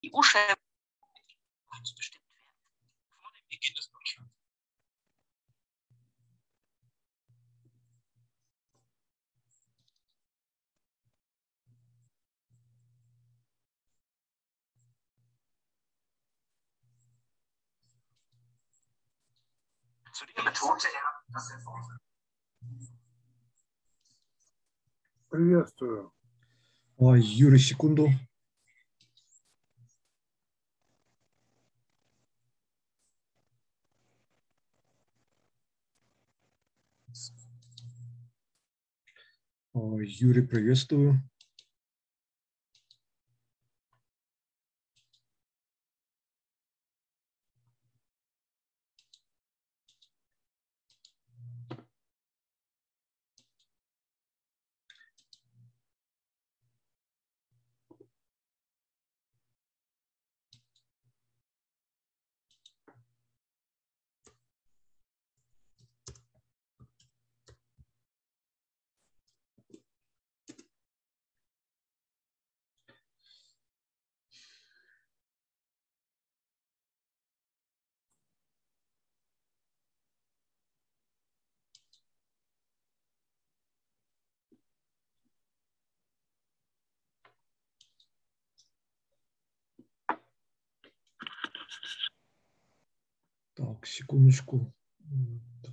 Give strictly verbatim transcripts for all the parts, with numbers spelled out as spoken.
die Buchstaben bestimmt werden. Vor dem Beginn des Buchstabens. Zudem betonte er, dass er vor Приветствую. Ой, Юрий, секунду. Ой, Юрий, приветствую. Так, секундочку. Так.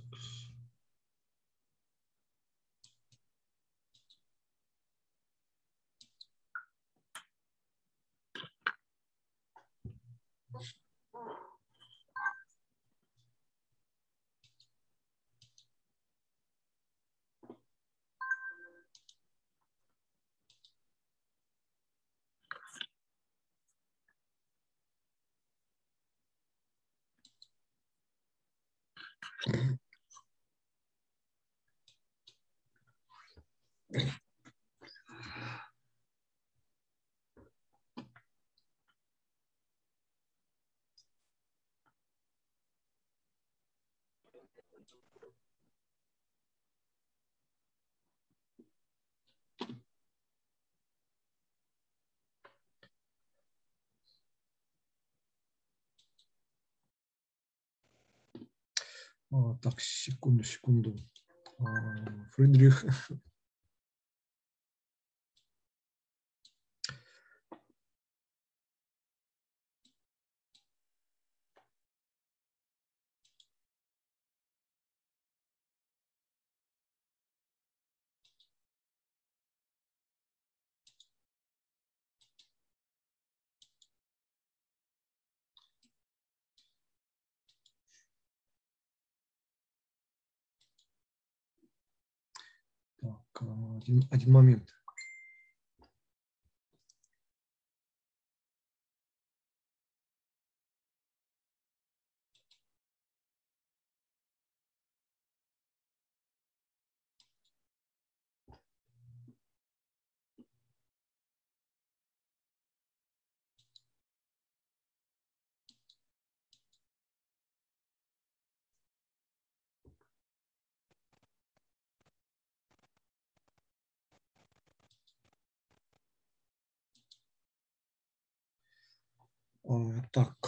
А, так, секунду, секунду. А, Фридрих. Так, один, один момент. А, так,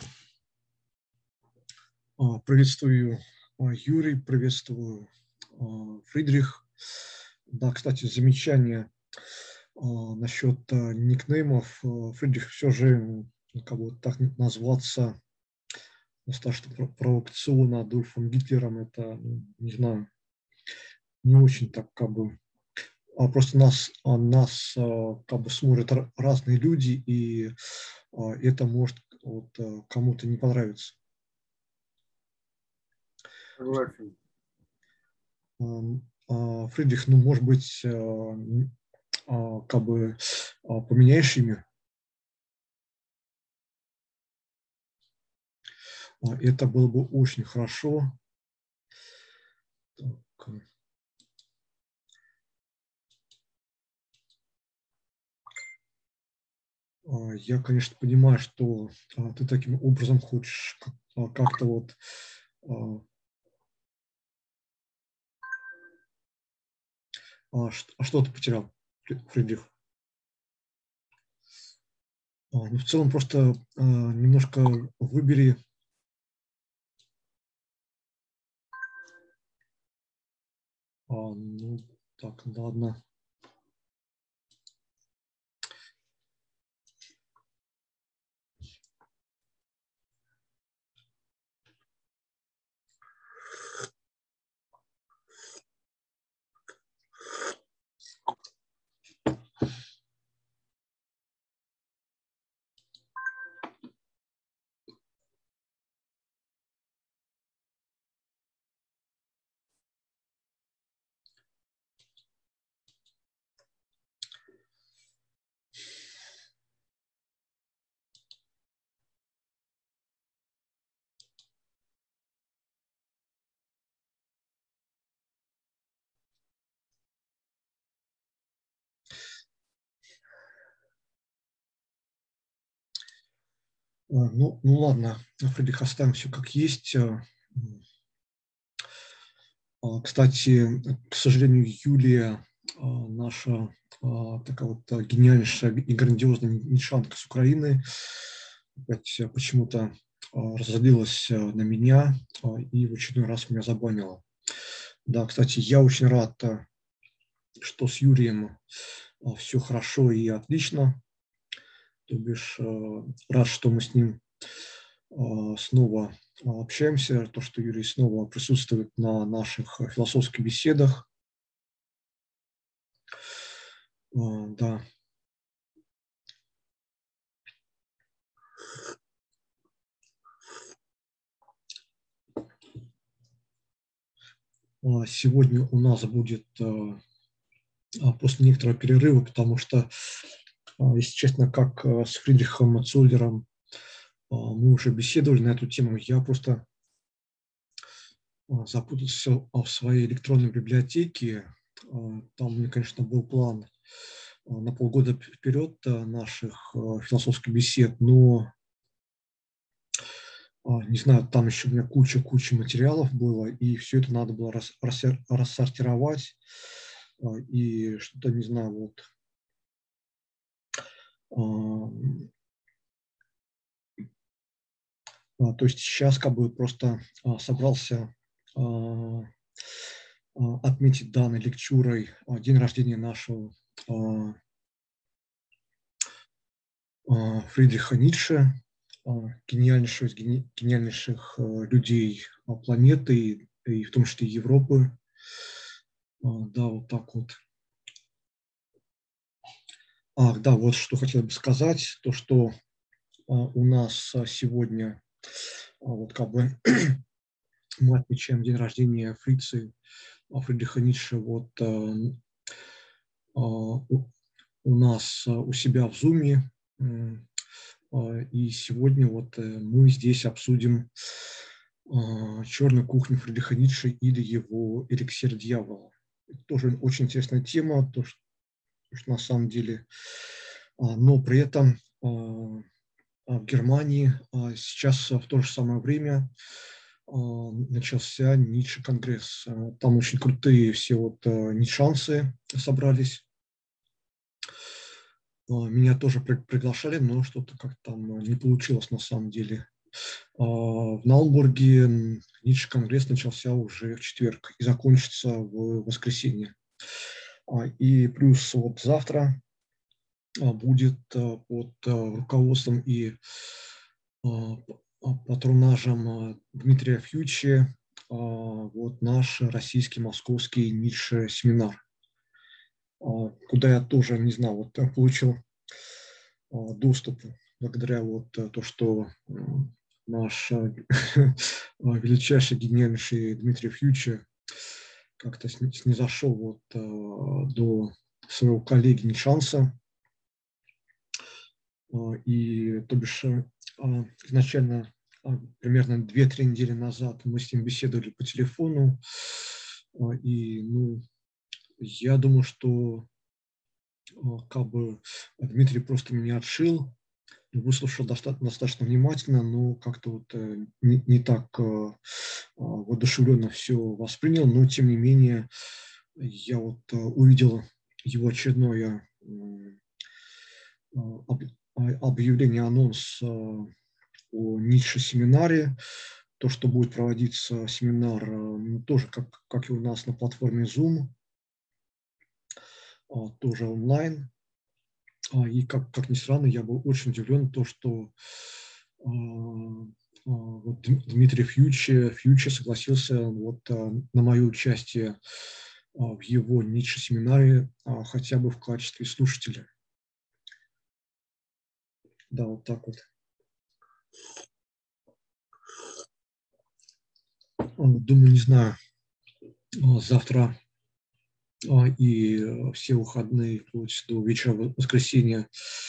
а, приветствую а, Юрий, приветствую а, Фридрих. Да, кстати, замечание а, насчет а, никнеймов. А, Фридрих, все же как бы так назваться достаточно провокационно Адольфом Гитлером, это, не знаю, не очень так как бы. А просто нас, а, нас а, как бы смотрят разные люди, и а, это может вот, кому-то не понравиться. Согласен. Фридрих, ну, может быть, как бы поменяешь имя? Это было бы очень хорошо. Так. Я, конечно, понимаю, что ты таким образом хочешь как-то вот А что ты потерял, Фридрих? Ну, в целом просто немножко выбери ну, так, ладно. Ну, ну ладно, Фридрих, оставим все как есть. Кстати, к сожалению, Юлия, наша такая вот гениальнейшая и грандиозная нишанка с Украины, опять почему-то разозлилась на меня и в очередной раз меня забанила. Да, кстати, я очень рад, что с Юрием все хорошо и отлично. То бишь, рад, что мы с ним снова общаемся, то, что Юрий снова присутствует на наших философских беседах. Да. Сегодня у нас будет после некоторого перерыва, потому что, если честно, как с Фридрихом Цоллером мы уже беседовали на эту тему, я просто запутался в своей электронной библиотеке. Там у меня, конечно, был план на полгода вперед наших философских бесед, но, не знаю, там еще у меня куча-куча материалов было, и все это надо было рас, рас, рассортировать, и что-то, не знаю, вот то есть сейчас как бы просто собрался отметить данной лекчурой день рождения нашего Фридриха Ницше, гениальнейших, гениальнейших людей планеты и в том числе Европы. Да, вот так вот. Ах, да, вот что хотел бы сказать, то, что у нас сегодня вот как бы мы отмечаем день рождения Фрицы, Фридриха Ницше, вот у нас у себя в Zoom, и сегодня вот мы здесь обсудим «Черную кухню» Фридриха Ницше или его «Эликсир дьявола». Это тоже очень интересная тема, то, что, что на самом деле, но при этом в Германии сейчас в то же самое время начался Ницше-конгресс. Там очень крутые все вот ницшанцы собрались. Меня тоже приглашали, но что-то как-то там не получилось на самом деле. В Наумбурге Ницше-конгресс начался уже в четверг и закончится в воскресенье. И плюс вот завтра будет под руководством и патронажем Дмитрия Фьючи вот наш российский московский Ницше-семинар, куда я тоже, не знаю, вот получил доступ благодаря вот то, что наш величайший, гениальнейший Дмитрий Фьючи как-то снизошел вот до своего коллеги Нишанса. И, то бишь, изначально, примерно две-три недели назад мы с ним беседовали по телефону, и, ну, я думаю, что как бы Дмитрий просто меня отшил, выслушал достаточно, достаточно внимательно, но как-то вот не, не так воодушевленно все воспринял, но тем не менее я вот увидел его очередное объявление, анонс о Ницше семинаре. То, что будет проводиться семинар, тоже, как, как и у нас на платформе Zoom, тоже онлайн. И, как, как ни странно, я был очень удивлен, то, что вот Дмитрий Фьюче, Фьюче согласился вот на мое участие в его Ницше семинаре хотя бы в качестве слушателя. Да, вот так вот. Думаю, не знаю, завтра и все выходные, вплоть до вечера воскресенья,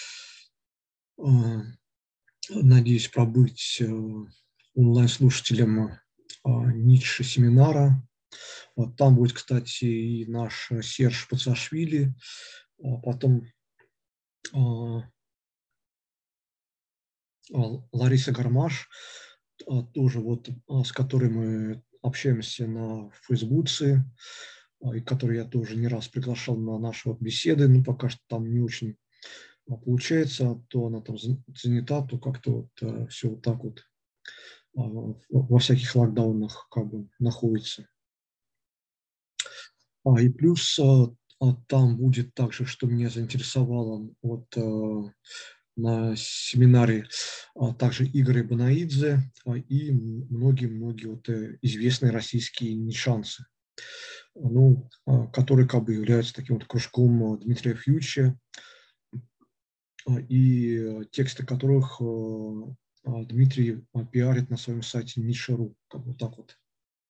надеюсь пробыть онлайн-слушателем Ницше семинара. Там будет, кстати, и наш Серж Пацашвили, потом Лариса Гармаш, тоже вот с которой мы общаемся на Фейсбуке, и которую я тоже не раз приглашал на наши вот беседы, но пока что там не очень получается, то она там занята, то как-то вот все вот так вот во всяких локдаунах как бы находится. А, и плюс там будет также, что меня заинтересовало вот на семинаре, также Игорь Банаидзе и многие-многие вот известные российские нишанцы, ну, которые как бы являются таким вот кружком Дмитрия Фьюче, и тексты которых Дмитрий пиарит на своем сайте Ницше точка ру, как бы вот так вот.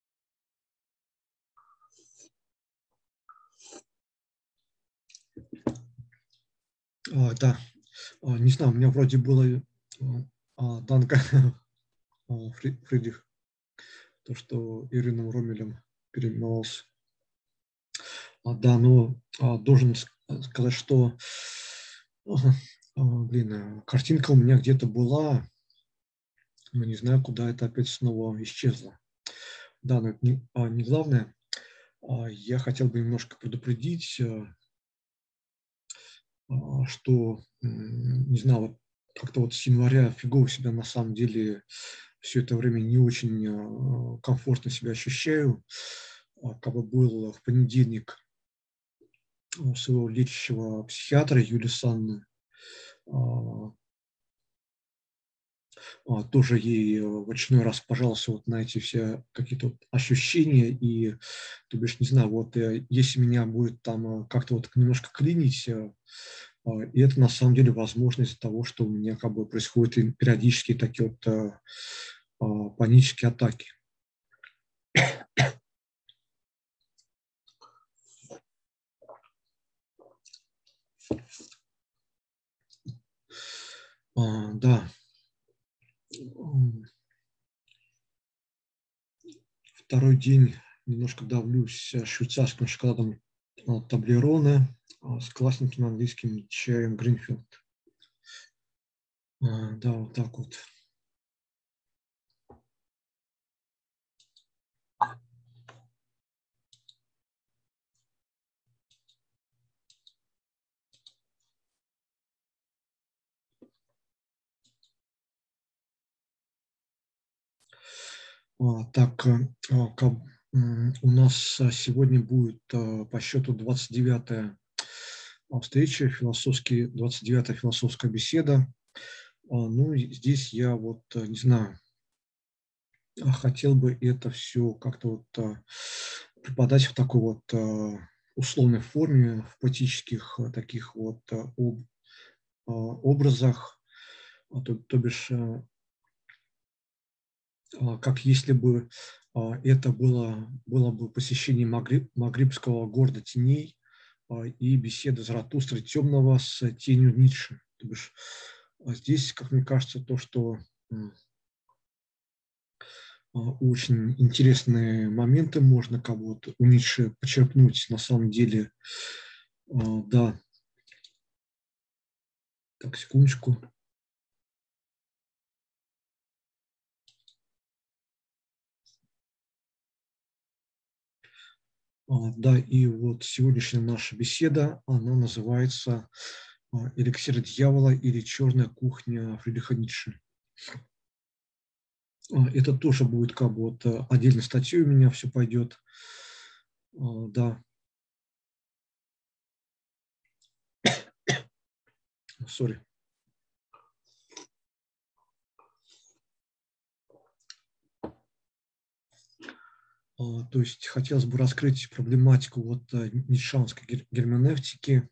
А, да, а, не знаю, у меня вроде было а, Данка Фридрих, то, что Ирином Ромелем переименовался. А, да, но а, должен сказать, что, а, блин, картинка у меня где-то была, но не знаю, куда это опять снова исчезло. Да, но это не, а, не главное. А, я хотел бы немножко предупредить, а, что, не знаю, как-то вот с января фигово себя на самом деле все это время не очень комфортно себя ощущаю. Как бы был в понедельник у своего лечащего психиатра Юлии Санны, тоже ей в очередной раз пожаловался вот на эти все какие-то вот ощущения, и, то бишь, не знаю, вот если меня будет там как-то вот немножко клинить, и это на самом деле возможно из-за того, что у меня как бы происходят периодически такие вот панические атаки. А, да. Второй день немножко давлюсь швейцарским шоколадом Таблероне с классненьким английским чаем Гринфилд. А, да, вот так вот. А, так, а, как, у нас сегодня будет по счету двадцать девятая встреча, философский, двадцать девятая философская беседа. Ну, здесь я вот, не знаю, хотел бы это все как-то вот преподать в такой вот условной форме, в поэтических таких вот об, образах, то, то бишь, как если бы это было, было бы посещение Магриб, Магрибского города теней и беседа Заратустры темного с тенью Ницше. То бишь, здесь, как мне кажется, то, что очень интересные моменты можно кого-то у Ницше почерпнуть, на самом деле, да. Так, секундочку. Да, и вот сегодняшняя наша беседа, она называется «Эликсир дьявола» или «Черная кухня» Фридриха Ницше. Это тоже будет как бы вот отдельной статьей у меня все пойдет. Да. Сори. То есть хотелось бы раскрыть проблематику вот ницшеанской герменевтики.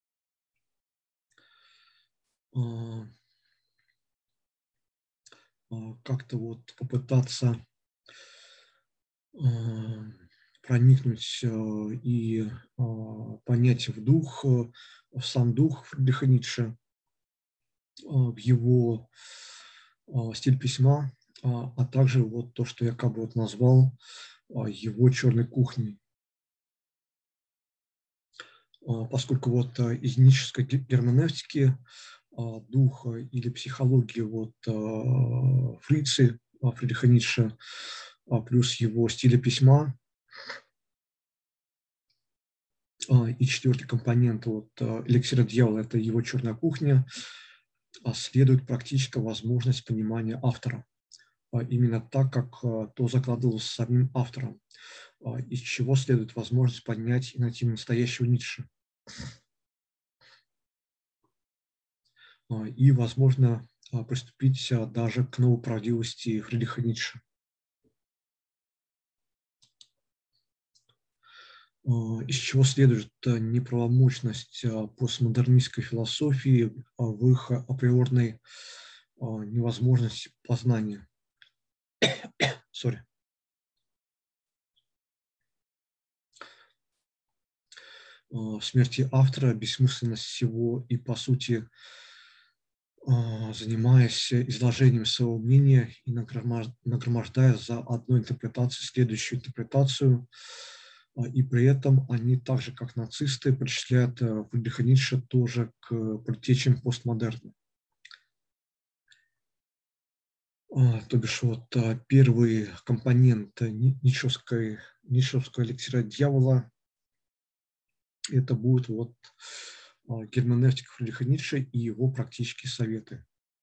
Как-то вот попытаться проникнуть и понять в дух, в сам дух Фридриха Ницше, в его стиль письма, а также вот то, что я как бы вот назвал его черной кухней. Поскольку вот из ницшеанской герменевтики духа или психологии вот Фрицы, Фридриха Ницше, плюс его стиля письма, и четвертый компонент вот «Эликсира дьявола» – это его черная кухня, следует практическая возможность понимания автора, именно так, как то закладывалось самим автором, из чего следует возможность понять и найти настоящего Ницше. И, возможно, приступить даже к новой правдивости Фридриха Ницше. Из чего следует неправомочность постмодернистской философии в их априорной невозможности познания. Sorry. В смерти автора бессмысленность всего и, по сути, занимаясь изложением своего мнения и нагромождая за одну интерпретацию следующую интерпретацию, и при этом они, так же как нацисты, причисляют Фридриха Ницше тоже к предтечам постмодерна. То бишь вот первый компонент ницшевской, ницшевского эликсира дьявола – это будет вот герменевтика Фридриха Ницше и его практические советы.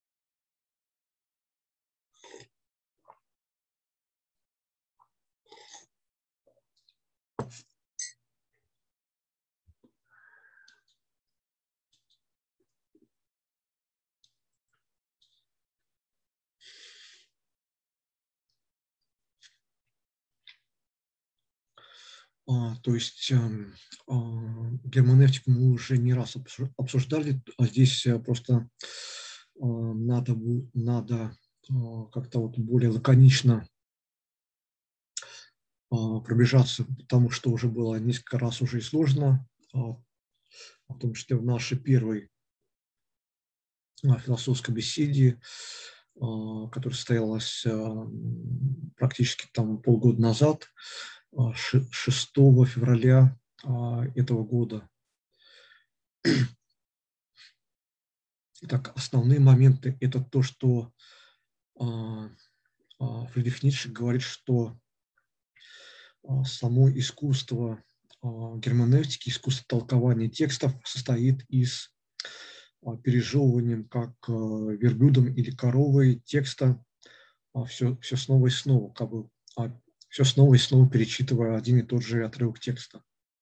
То есть герменевтику мы уже не раз обсуждали, а здесь просто надо, надо как-то вот более лаконично пробежаться, потому что уже было несколько раз уже изложено, в том числе в нашей первой философской беседе, которая состоялась практически там полгода назад, шестого февраля этого года. Итак, основные моменты – это то, что Фридрих Ницше говорит, что само искусство герменевтики, искусство толкования текстов состоит из пережевывания как верблюдом или коровой текста все, все снова и снова, как бы все снова и снова перечитывая один и тот же отрывок текста.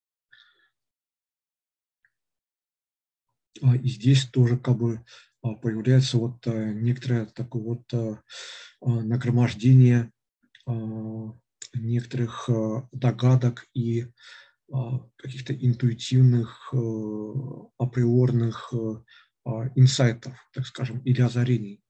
И здесь тоже как бы появляется вот некоторое такое вот нагромождение некоторых догадок и каких-то интуитивных, априорных инсайтов, так скажем, или озарений.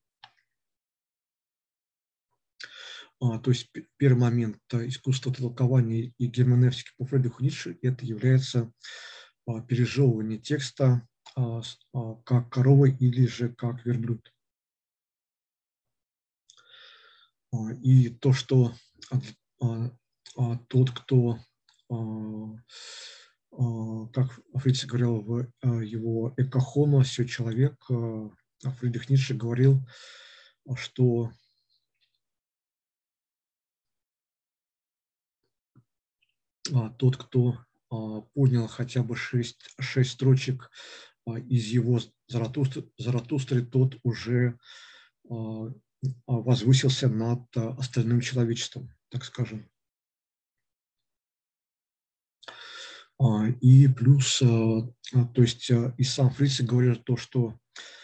То есть первый момент искусства толкования и герменевтики по Фридриху Ницше – это является пережевывание текста как корова или же как верблюд. И то, что тот, кто, как Фриц говорил в его «Эко хомо», «Все человек», Фридрих Ницше говорил, что тот, кто понял хотя бы шесть, шесть строчек из его Заратустры, Заратустры тот уже возвысился над остальным человечеством, так скажем. И плюс, то есть и сам Фриц говорил то, что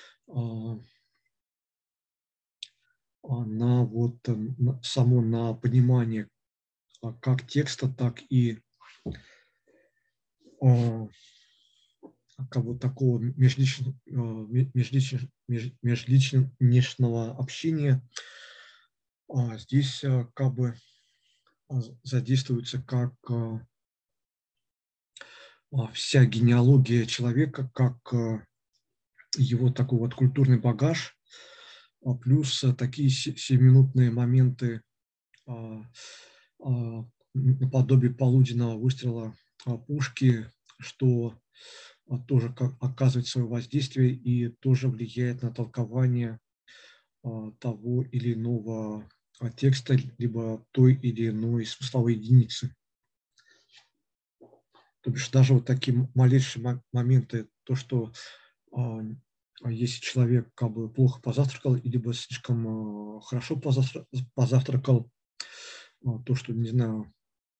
на вот само на понимание как текста, так и как вот такого межличного, межличного, межличного общения здесь как бы задействуется как вся генеалогия человека, как его такой вот культурный багаж, плюс такие семиминутные моменты наподобие полуденного выстрела пушки, что тоже оказывает свое воздействие и тоже влияет на толкование того или иного текста, либо той или иной смысловой единицы. То бишь даже вот такие малейшие моменты, то, что если человек как бы плохо позавтракал, либо слишком хорошо позавтракал, то, что, не знаю,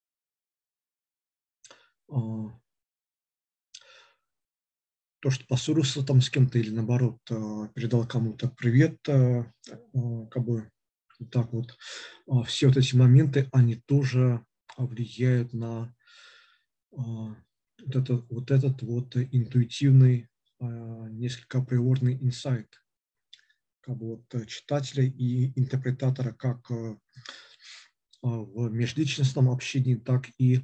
то, что поссорился там с кем-то или, наоборот, передал кому-то привет, как бы вот так вот. Все вот эти моменты, они тоже влияют на вот, это, вот этот вот интуитивный, несколько априорный инсайт как бы вот читателя и интерпретатора как в межличностном общении, так и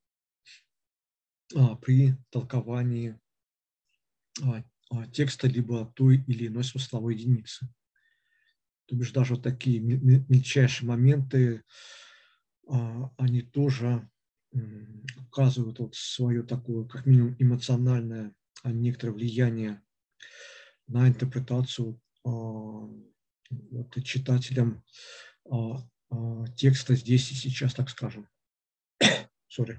при толковании текста либо той или иной смысловой единицы. То бишь даже вот такие мельчайшие моменты, они тоже указывают вот свое такое, как минимум, эмоциональное некоторое влияние на интерпретацию вот, читателям текста здесь и сейчас, так скажем. Sorry.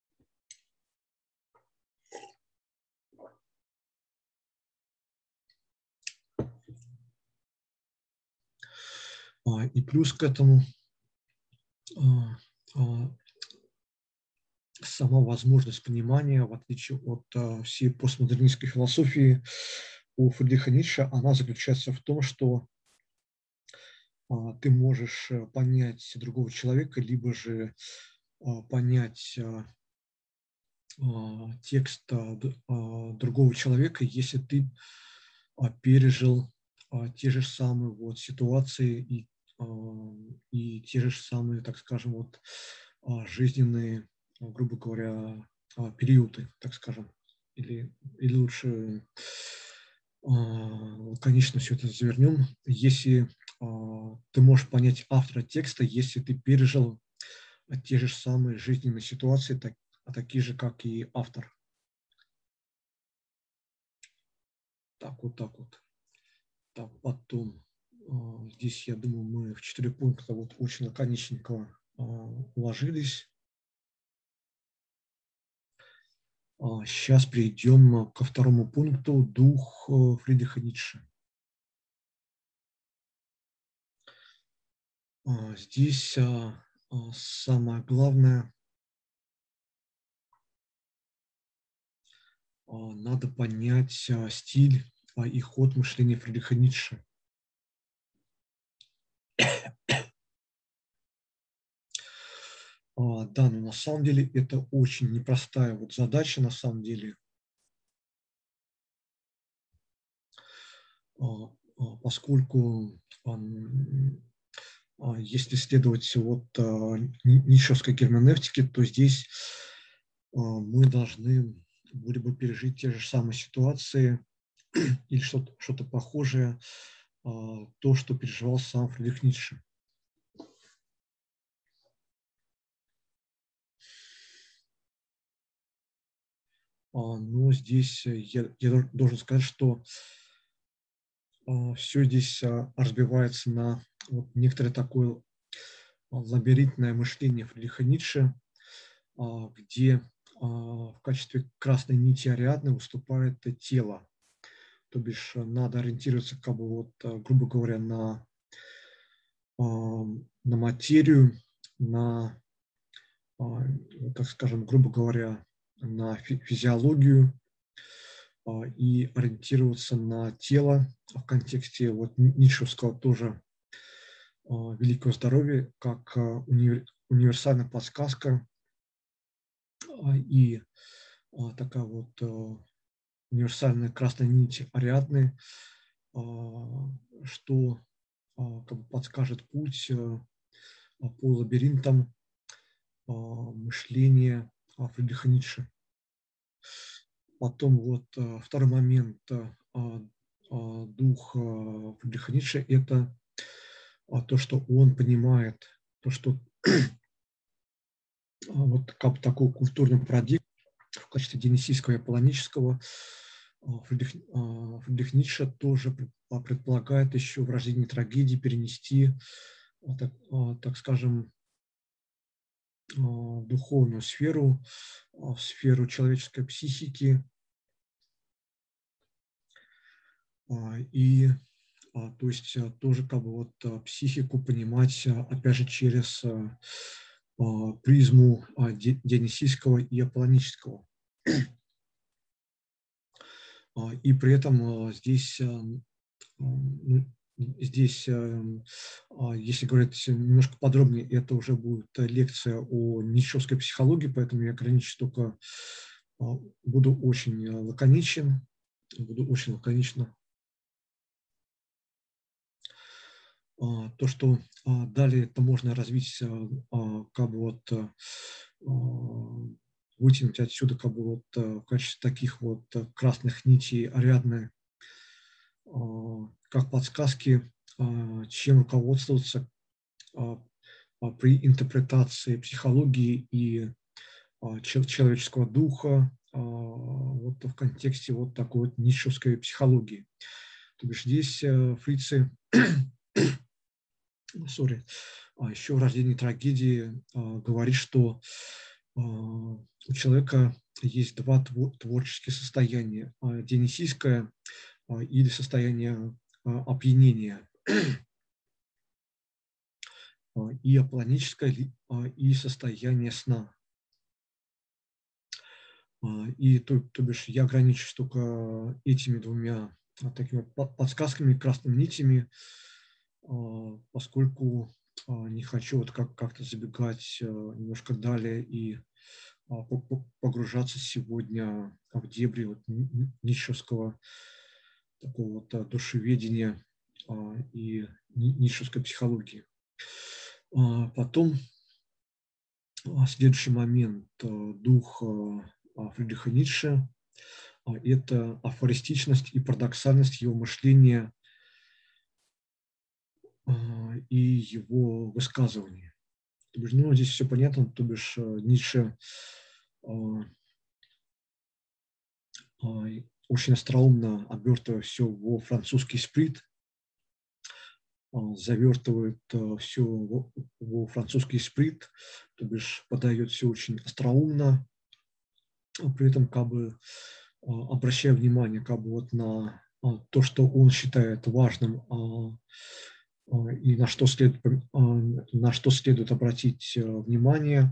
И плюс к этому сама возможность понимания, в отличие от всей постмодернистской философии у Фридриха Ницше, она заключается в том, что ты можешь понять другого человека, либо же понять текст другого человека, если ты пережил те же самые вот ситуации и, и те же самые, так скажем, вот жизненные, грубо говоря, периоды, так скажем, или, или лучше, конечно, все это завернем, если ты можешь понять автора текста, если ты пережил те же самые жизненные ситуации, так, такие же, как и автор. Так, вот так вот. Так, потом, здесь, я думаю, мы в четыре пункта вот очень лаконичненько уложились. Сейчас перейдем ко второму пункту «Дух Фридриха Ницше». Здесь самое главное, надо понять стиль и ход мышления Фридриха Ницше. Да, но на самом деле это очень непростая вот задача, на самом деле, поскольку если следовать вот ницшевской герменевтике, то здесь мы должны были бы пережить те же самые ситуации или что-то что-то похожее, то, что переживал сам Фридрих Ницше. Но здесь я, я должен сказать, что все здесь разбивается на вот некоторое такое лабиринтное мышление Фридриха Ницше, где в качестве красной нити Ариадны выступает тело. то бишь надо ориентироваться, как бы вот, грубо говоря, на, на материю, на, так скажем, грубо говоря, на физиологию, и ориентироваться на тело в контексте вот ницшевского тоже великого здоровья, как универсальная подсказка и такая вот универсальная красная нить Ариадны, что как бы подскажет путь по лабиринтам мышления Фридриха Ницше. Потом вот второй момент, дух Фридриха Ницше – это то, что он понимает, то, что вот как такой культурный парадигм в качестве дионисийского и аполлонического Фридрих, Фридрих Ницше тоже предполагает еще в рождении трагедии перенести, так, так скажем, духовную сферу, в сферу человеческой психики. И, то есть, тоже как бы вот психику понимать, опять же, через призму дионисийского и аполлонического. И при этом здесь, здесь, если говорить немножко подробнее, это уже будет лекция о ницшевской психологии, поэтому я ограничусь только, буду очень лаконичен, буду очень лаконично. То, что далее это можно развить, как бы вот вытянуть отсюда как бы вот в качестве таких вот красных нитей Ариадны, как подсказки, чем руководствоваться при интерпретации психологии и человеческого духа вот в контексте вот такой вот ницшевской психологии. То бишь здесь фрицы, sorry, еще в рождении трагедии говорит, что у человека есть два творческие состояния: дионисийское или состояние опьянения, и аполлоническое и состояние сна. И то, то бишь я ограничусь только этими двумя такими подсказками, красными нитями, поскольку не хочу вот как- как-то забегать немножко далее и погружаться сегодня в дебри вот ницшевского такого вот душеведения и ницшевской психологии. Потом следующий момент, дух Фридриха Ницше – это афористичность и парадоксальность его мышления и его высказывания. То бишь, ну, здесь все понятно, то бишь Ницше очень остроумно обертывая все во французский сприт, завертывает все во французский сприт, то бишь подает все очень остроумно, при этом как бы обращая внимание как бы вот на то, что он считает важным и на что следует, на что следует обратить внимание.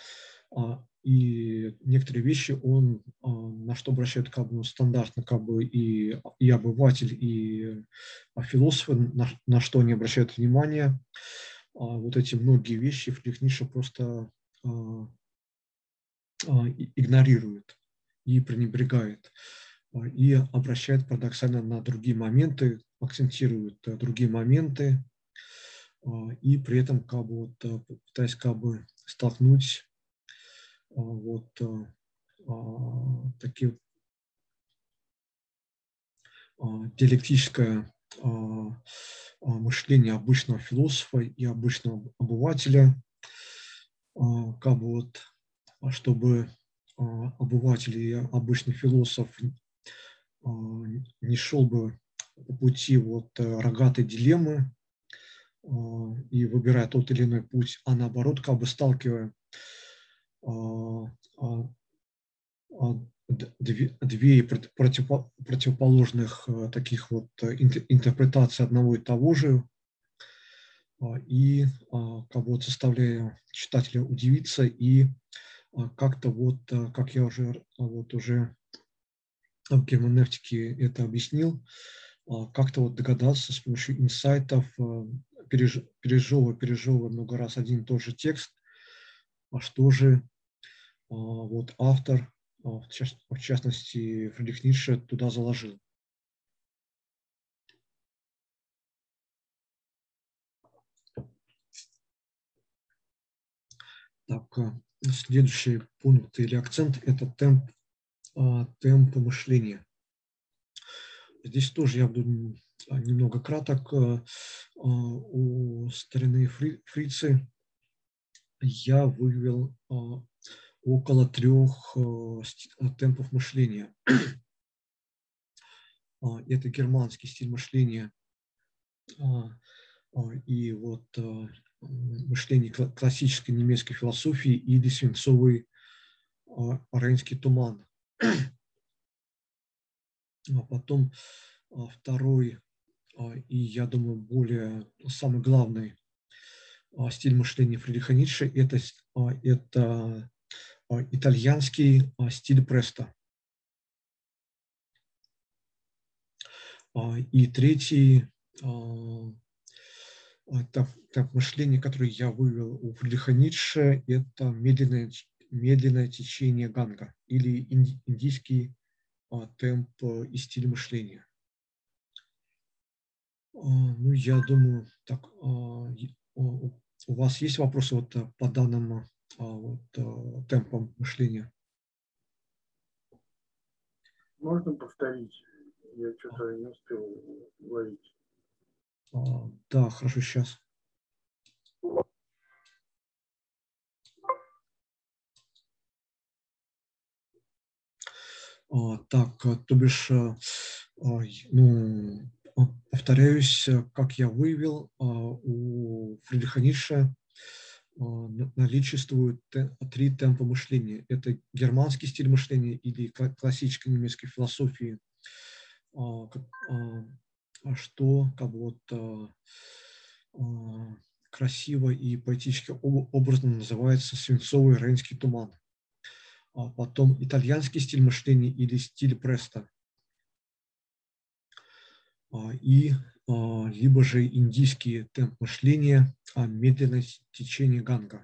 И некоторые вещи он на что обращает как бы стандартно как бы и, и обыватель, и философы, на, на что они обращают внимание. Вот эти многие вещи Фридрих Ницше просто игнорирует и пренебрегает, и обращает парадоксально на другие моменты, акцентирует другие моменты, и при этом как бы вот пытаясь как бы столкнуть вот такие диалектическое мышление обычного философа и обычного обывателя, как бы вот, чтобы обыватель и обычный философ не шел бы по пути вот рогатой дилеммы и выбирая тот или иной путь, а наоборот, как бы сталкивая две, две противо, противоположных таких вот интерпретации одного и того же, и как бы вот заставляя читателя удивиться и как-то вот, как я уже, вот уже в герменевтике это объяснил, как-то вот догадаться с помощью инсайтов, переж, пережевывая, пережевывая много раз один и тот же текст, а что же вот автор, в частности Фридрих Ницше, туда заложил. Так, следующий пункт или акцент – это темп, темп мышления. Здесь тоже я буду немного краток. У старины Фрицы я вывел около трех темпов мышления. Это германский стиль мышления и вот мышление классической немецкой философии или свинцовый рейнский туман. А потом второй, и я думаю, более самый главный стиль мышления Фридриха Ницше – это, это итальянский стиль Преста. И третий так, так, мышление, которое я вывел у Фридриха Ницше, это медленное, медленное течение Ганга или инди, индийский а, темп и стиль мышления. А, ну, я думаю, так, а, у вас есть вопросы вот по данным а, вот, а, темпам мышления? Можно повторить? Я что-то не успел говорить. А, да, хорошо, сейчас. А, так, то бишь, а, ну, повторяюсь, как я выявил, а, у Фридриха Ницше наличествуют три темпа мышления. Это германский стиль мышления или классической немецкой философии, что как бы вот красиво и поэтически образно называется свинцовый рейнский туман. А потом итальянский стиль мышления или стиль Преста. И либо же индийский темп мышления, медленное течение Ганга.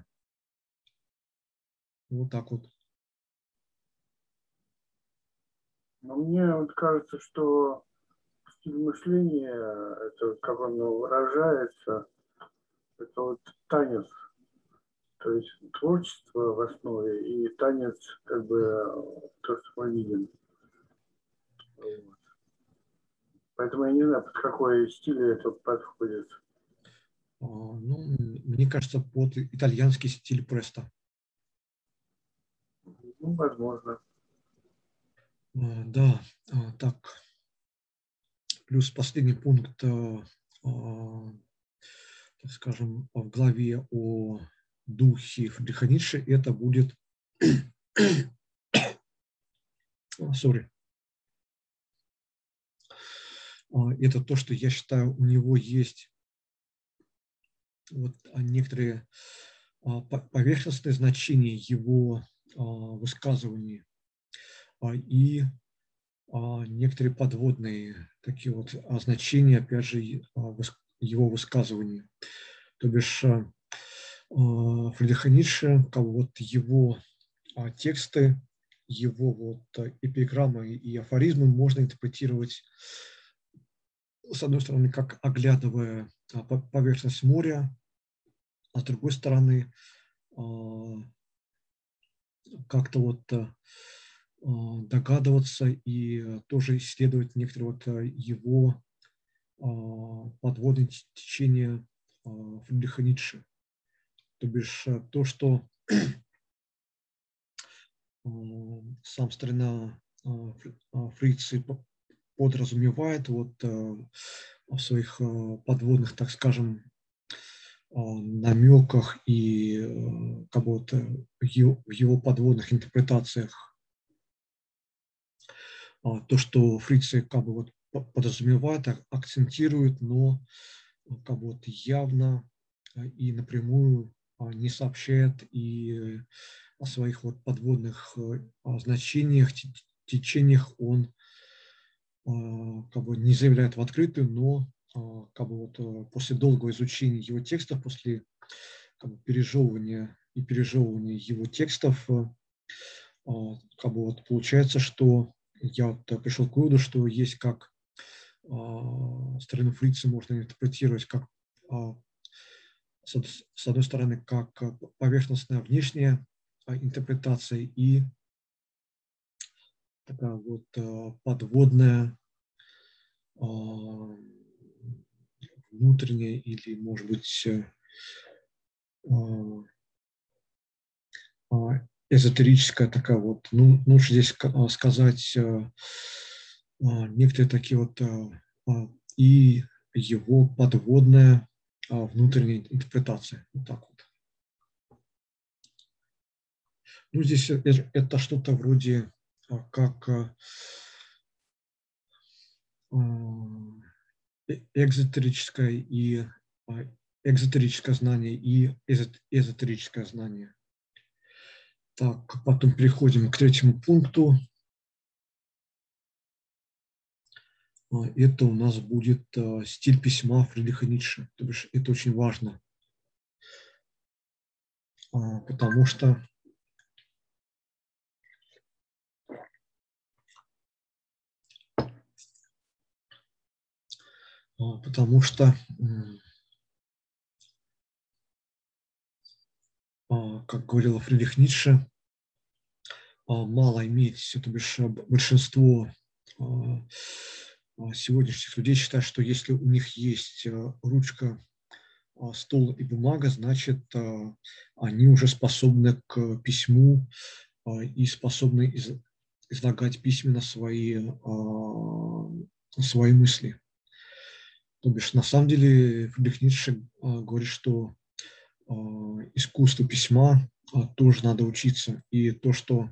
Вот так вот. Но мне вот кажется, что стиль мышления, это как он выражается, это вот танец. То есть творчество в основе и танец, как бы, то, что мы видим. Вот. Поэтому я не знаю, под какой стиль это подходит. Ну, мне кажется, под итальянский стиль Преста. Ну, возможно. Да, так. Плюс последний пункт, так скажем, в главе о духе Фридриха Ницше, это будет, sorry, это то, что я считаю, у него есть вот некоторые поверхностные значения его высказываний и некоторые подводные такие вот значения, опять же, его высказываний. То бишь Фридриха Ницше, как вот его тексты, его вот эпиграммы и афоризмы можно интерпретировать, с одной стороны, как оглядывая поверхность моря, а с другой стороны, как-то вот догадываться и тоже исследовать некоторые вот его подводные течения Фридриха Ницше. То бишь то, что сам старина Фрицы подразумевает вот в своих подводных, так скажем, намеках и как бы вот в его подводных интерпретациях. то, что фрицы как бы вот подразумевают, акцентируют, но как бы вот явно и напрямую не сообщает и о своих вот подводных значениях, течениях он как бы не заявляет в открытую, но как бы вот после долгого изучения его текстов, после как бы пережевывания и пережевывания его текстов, как бы вот получается, что я вот пришел к выводу, что есть как старину фрица можно интерпретировать как, с одной стороны, как поверхностная внешняя интерпретация и такая вот подводная внутренняя или, может быть, эзотерическая такая вот, ну, лучше здесь сказать некоторые такие вот и его подводная внутренняя интерпретация. Вот так вот. Ну, здесь это что-то вроде как экзотерическое и экзотерическое знание и эзотерическое знание. Так, потом переходим к третьему пункту. Это у нас будет стиль письма Фридриха Ницше. То бишь, это очень важно, потому что потому что как говорил Фридрих Ницше, мало иметь, то бишь большинство сегодняшних людей считают, что если у них есть ручка, стол и бумага, значит, они уже способны к письму и способны излагать письменно свои, свои мысли. То бишь, на самом деле, Фридрих Ницше говорит, что искусству письма тоже надо учиться. И то, что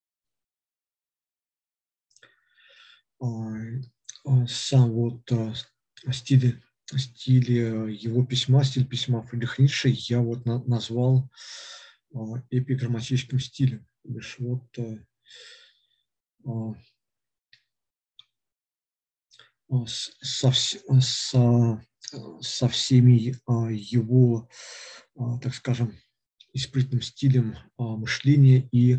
сам вот стиль, стиль его письма, стиль письма Фридриха Ницше я вот назвал эпиграмматическим стилем. То бишь, вот со, со, со всеми его, так скажем, испытным стилем мышления и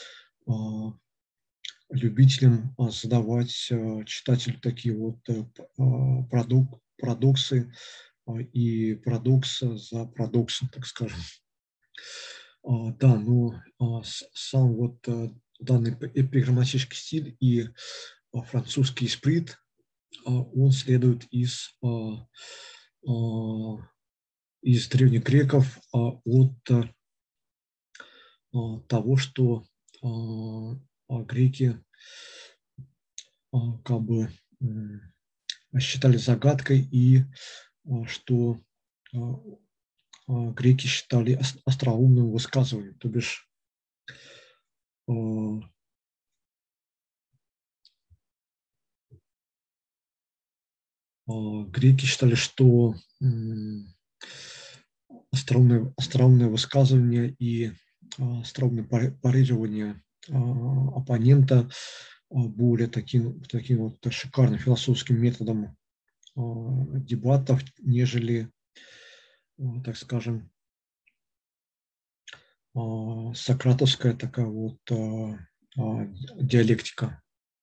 любителям задавать читателю такие вот парадок, парадоксы и парадокс за парадоксом, так скажем. Да, но сам вот данный эпиграмматический стиль и французский эсприт, он следует из, из древних греков от того, что греки как бы считали загадкой и что греки считали остроумным высказыванием, то бишь греки считали, что остроумное, остроумное высказывание и остроумное парирование оппонента более таким, таким вот шикарным философским методом дебатов, нежели, так скажем, сократовская такая вот диалектика.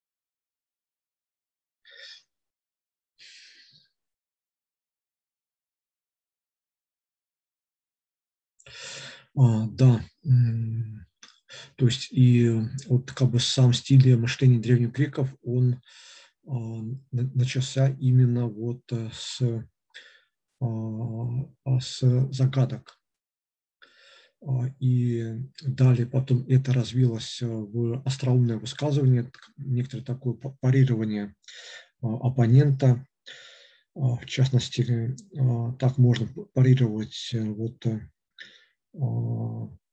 Да, то есть и вот как бы сам стиль мышления древних греков, он начался именно вот с, с загадок. И далее потом это развилось в остроумное высказывание, некоторое такое парирование оппонента. В частности, так можно парировать вот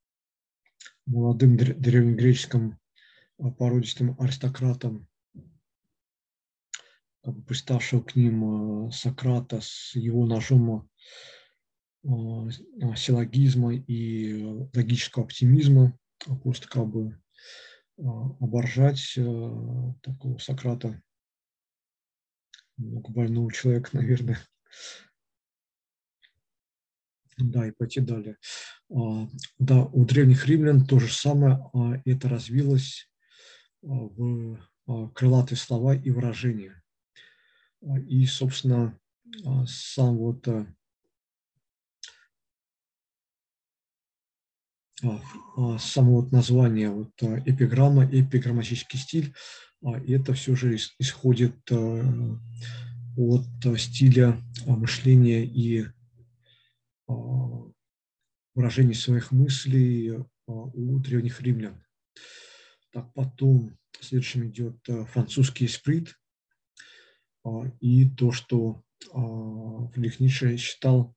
молодым древнегреческим породистым аристократам как бы приставшего к ним Сократа с его ножом силлогизма и логического оптимизма, просто как бы оборжать такого Сократа, много больного человека, наверное. Да, и пойти далее. Да, у древних римлян то же самое, это развилось в крылатые слова и выражения. И, собственно, сам вот само вот название вот эпиграмма, эпиграмматический стиль, это все же исходит от стиля мышления и выражений своих мыслей у древних римлян. Так, потом следующим идет французский эсприт и то, что Фридрих Ницше считал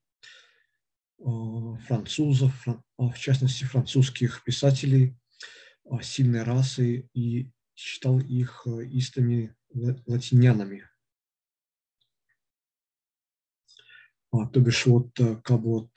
французов, в частности французских писателей, сильной расой и считал их истыми латинянами. То бишь вот как вот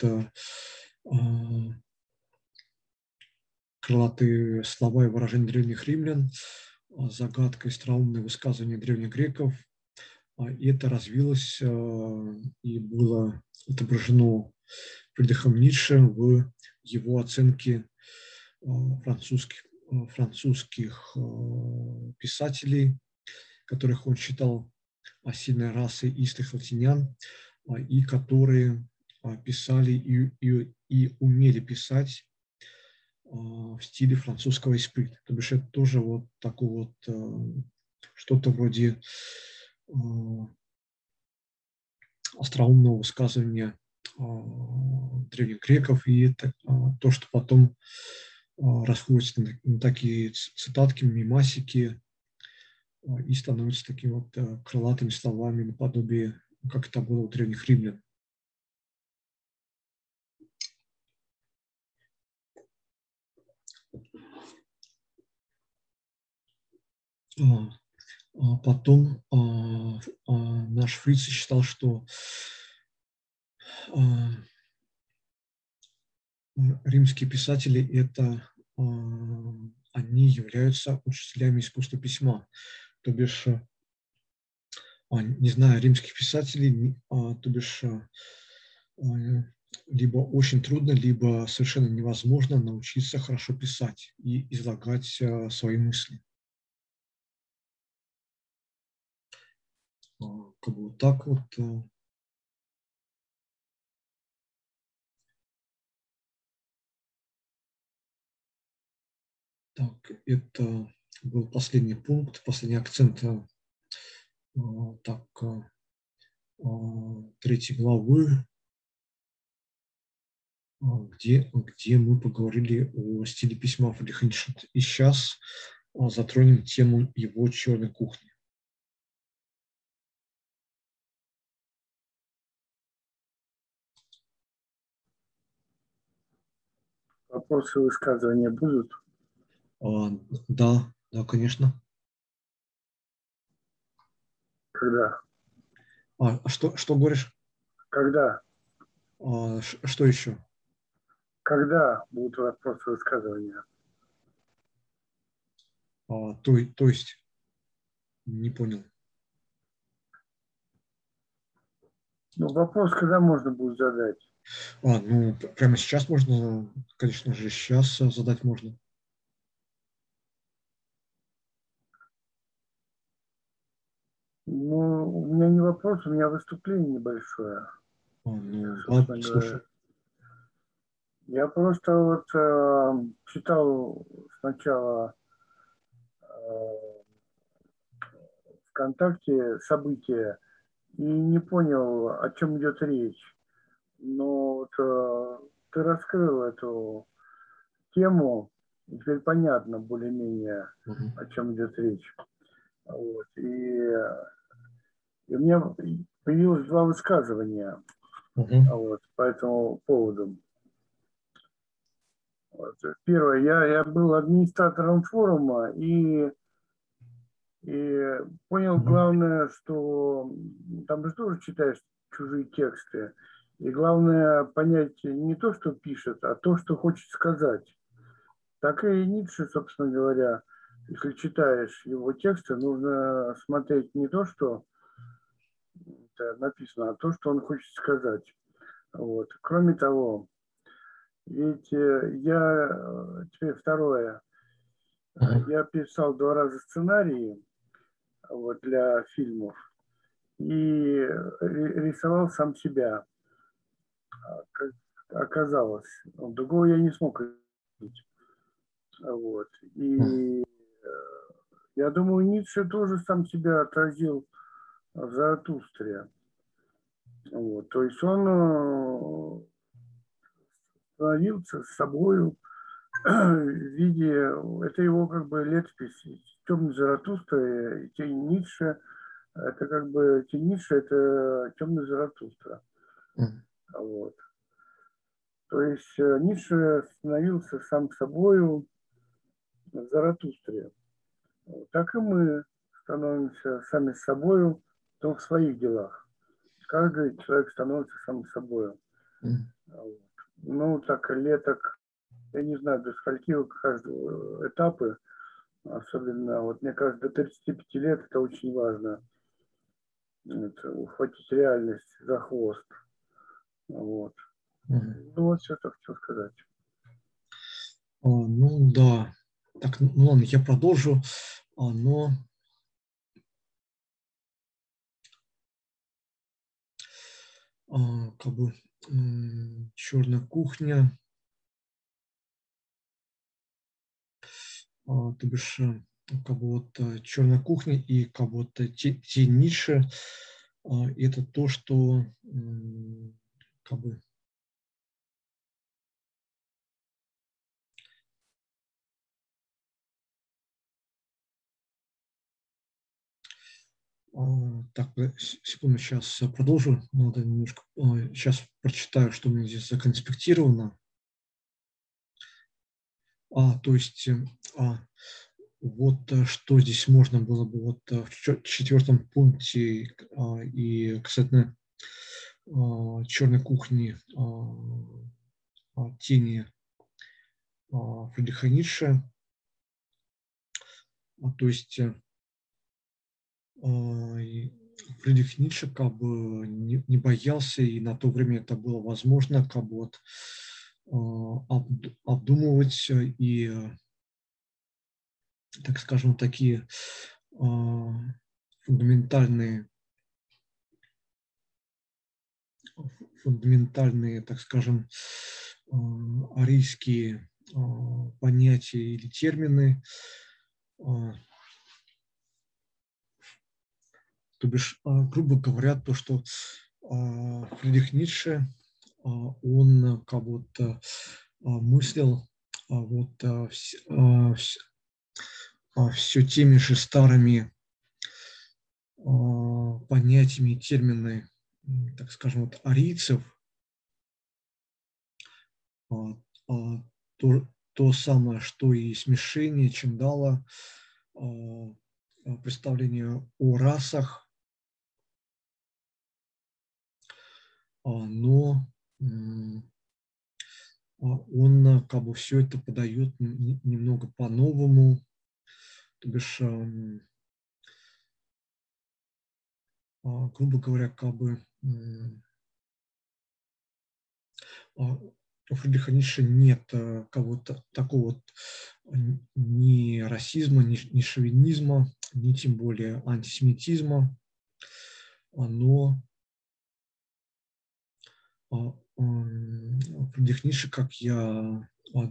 крылатые слова и выражения древних римлян, загадка и остроумные высказывания древних греков, и это развилось и было отображено Фридрихом Ницше в его оценке французских, французских писателей, которых он считал сильной расой истых латинян, и которые писали и, и, и умели писать в стиле французского эсприта. То бишь это тоже вот такое вот что-то вроде остроумного высказывания древних греков, и это то, что потом расходится на такие цитатки, мемасики и становятся такими вот крылатыми словами наподобие, как это было у древних римлян. Потом наш Фриц считал, что римские писатели – это они являются учителями искусства письма. То бишь, не знаю, римских писателей, то бишь, либо очень трудно, либо совершенно невозможно научиться хорошо писать и излагать свои мысли. Как бы вот так вот. Так, это был последний пункт, последний акцент так, третьей главы, где, где мы поговорили о стиле письма Фридриха Ницше. И сейчас затронем тему его черной кухни. Вопросы и высказывания будут? А, да, да, конечно. Когда? А что, что говоришь? Когда? А, что еще? Когда будут вопросы и высказывания? А, то, то есть, не понял. Ну, вопрос, когда можно будет задать? А, ну, прямо сейчас можно, конечно же, сейчас задать можно. Ну, у меня не вопрос, у меня выступление небольшое. А, ну, ладно, слушай. Я просто вот э, читал сначала э, ВКонтакте события и не понял, о чем идет речь. Но вот, э, ты раскрыл эту тему, и теперь понятно более-менее, uh-huh. о чем идет речь. Вот. И, и у меня появилось два высказывания uh-huh. вот, по этому поводу. Вот. Первое, я, я был администратором форума, и И понял главное, что там же тоже читаешь чужие тексты. И главное понять не то, что пишет, а то, что хочет сказать. Так и Ницше, собственно говоря, если читаешь его тексты, нужно смотреть не то, что написано, а то, что он хочет сказать. Вот. Кроме того, ведь я, теперь второе, Ага. я писал два раза сценарии вот, для фильмов и рисовал сам себя. Как оказалось, другого я не смог рисовать. Вот. И я думаю, Ницше тоже сам себя отразил в Заратустре. Вот. То есть он становился с собою в виде, это его как бы летопись, темный Заратустра, и тень Ницше, это как бы тень Ницше, это темный Заратустра. Вот. То есть Ницше становился сам собою в Заратустре. Вот. Так и мы становимся сами собою, то в своих делах. Каждый человек становится сам собой. Вот. Ну, так леток, я не знаю, до скольки каждого этапы, особенно, вот мне кажется, до тридцати пяти лет это очень важно. Это ухватить реальность за хвост. Вот. Ну, вот все, что хотел сказать. А, ну, да. Так, ну ладно, я продолжу, а, но... А, как бы черная кухня, а, то бишь, как бы вот черная кухня и как бы вот те, те ниши, а, это то, что как бы а, так, секунду, сейчас продолжу, надо немножко, а, сейчас прочитаю, что у меня здесь законспектировано. А, то есть, а, вот что здесь можно было бы вот в четвертом пункте а, и касательно а, черной кухни, а, тени а, Фридриха Ницше. А, то есть а, Фридрих Ницше как бы не, не боялся, и на то время это было возможно, как бы вот а, обдумывать и, так скажем, такие а, фундаментальные фундаментальные, так скажем, арийские понятия или термины, то бишь, грубо говоря, то, что Фридрих Ницше, он как будто мыслил вот все теми же старыми понятиями и терминами, так скажем, вот арийцев, то, то самое, что и смешение, Чандала, представление о расах, но он как бы все это подает немного по-новому, то бишь, грубо говоря, как бы у Фридриха Ницше нет кого-то такого вот ни расизма, ни, ни шовинизма, ни тем более антисемитизма, но Фридрих Ницше, как я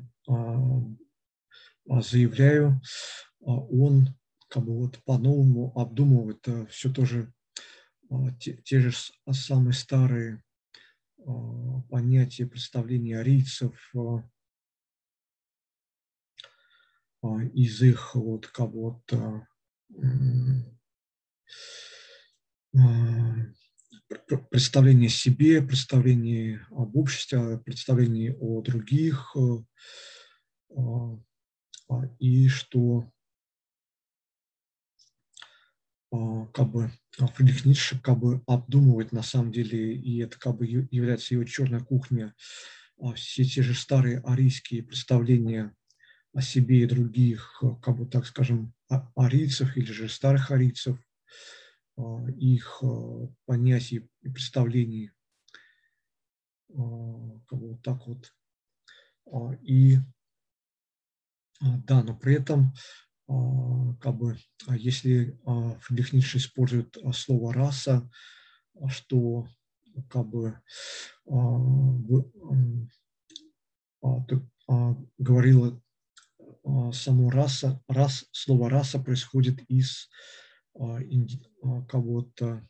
заявляю, он как бы вот по-новому обдумывает все тоже те, те же самые старые понятия, представления арийцев из их вот кого-то представление о себе, представление об обществе, представление о других, и что как бы Фридрих Ницше как бы обдумывает на самом деле, и это как бы является его черной кухней, все те же старые арийские представления о себе и других, как бы, так скажем, арийцев или же старых арийцев, их понятий и представлений, как бы вот так вот. И да, но при этом, как бы, если Фридрих Ницше использует слово «раса», что как бы говорила само раса, рас, слово раса происходит из кого-то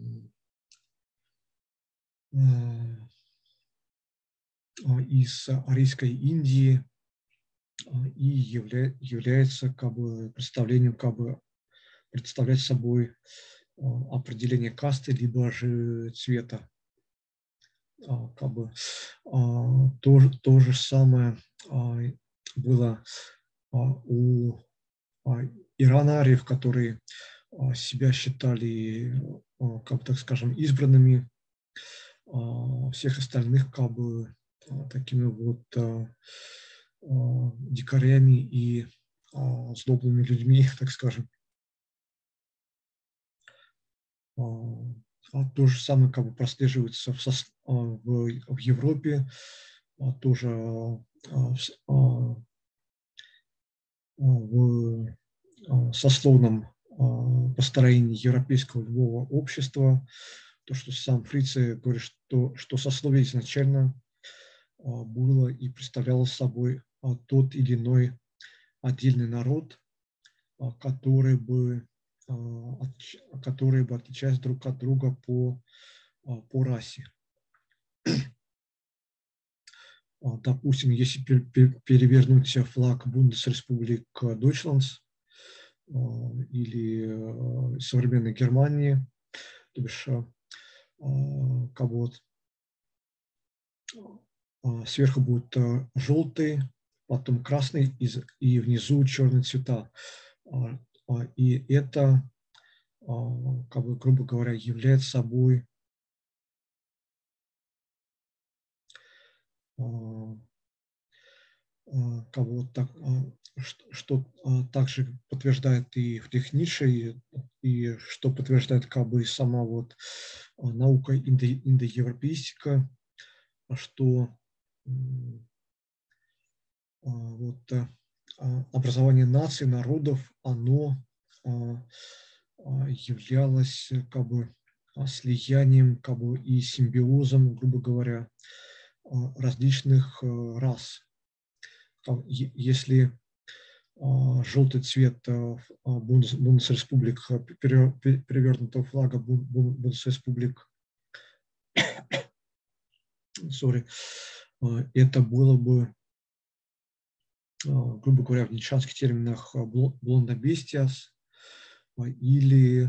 из арийской Индии и явля, является как бы представлением, как бы представлять собой определение касты либо же цвета. Как бы то, то же самое было у иранариев, которые себя считали, как бы, так скажем, избранными, всех остальных как бы такими вот дикарями и злобными людьми, так скажем. То же самое как бы прослеживается в, сос, в, в Европе, тоже в, в сословном построении европейского любого общества. То, что сам Фрице говорит, что, что сословие изначально было и представляло собой тот или иной отдельный народ, который бы, которые бы отличались друг от друга по, по расе. Допустим, если перевернуть флаг Бундесреспублик Deutschlands или современной Германии, то бишь как бы вот сверху будет желтый, потом красный и внизу черные цвета. И это, как бы, грубо говоря, является собой как бы вот так, что, что также подтверждает и Фридрих Ницше, и, и что подтверждает как бы сама вот наука индо, индоевропеистика, что вот образование наций, народов, оно являлось как бы слиянием как бы и симбиозом, грубо говоря, различных рас. Если желтый цвет Бундесреспублик, перевернутого флага Бундесреспублик, sorry, это было бы, грубо говоря, в ницшанских терминах блондобестиас, или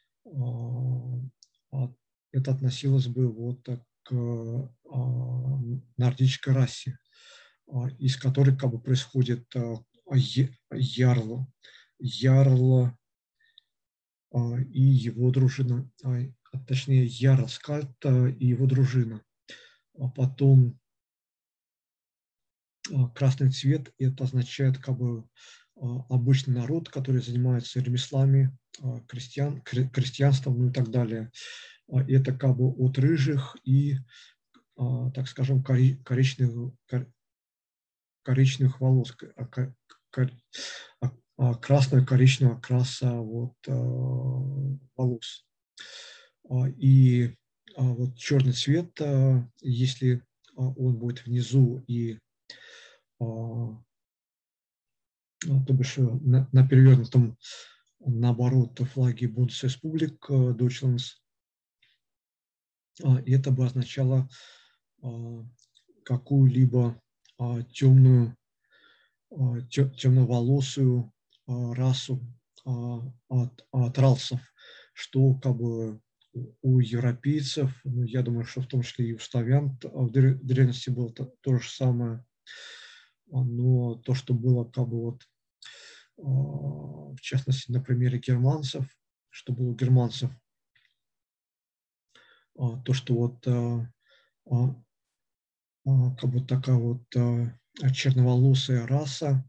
это относилось бы вот к нордической расе, из которой как бы происходит ярл, ярл и его дружина, а точнее ярл Скальд и его дружина. А потом красный цвет, это означает как бы обычный народ, который занимается ремеслами, крестьян, крестьянством, ну и так далее. Это как бы от рыжих и, так скажем, коричневых, коричневых волос, красного коричневого окраса вот, волос. И вот черный цвет, если он будет внизу и то бишь на, на перевернутом наоборот флаге Бундесреспублик Deutschlands, и это бы означало какую-либо темную, темноволосую расу от, от ралсов, что как бы у европейцев, ну, я думаю, что в том числе и у славян в древности было то, то же самое, но то, что было как бы вот в частности на примере германцев, что было у германцев. То, что вот как бы такая вот черноволосая раса,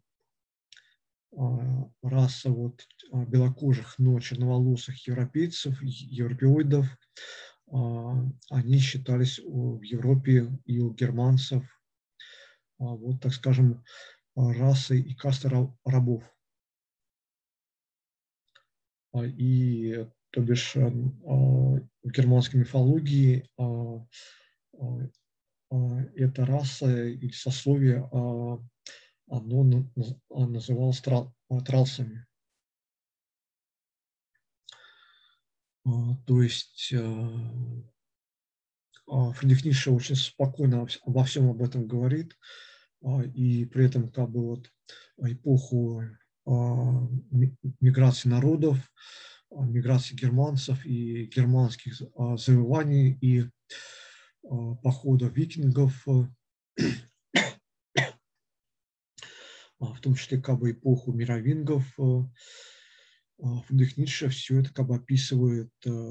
раса вот белокожих, но черноволосых европейцев, европеоидов, они считались в Европе и у германцев, вот, так скажем, расой и кастой рабов. И, то бишь, в германской мифологии эта раса или сословие, оно называлось тралсами. То есть Фридрих Ницше очень спокойно обо всем об этом говорит, и при этом как бы вот эпоху миграции народов, миграции германцев и германских завоеваний и походов викингов, в том числе как бы эпоху мировингов, Фридрих Ницше все это как бы описывает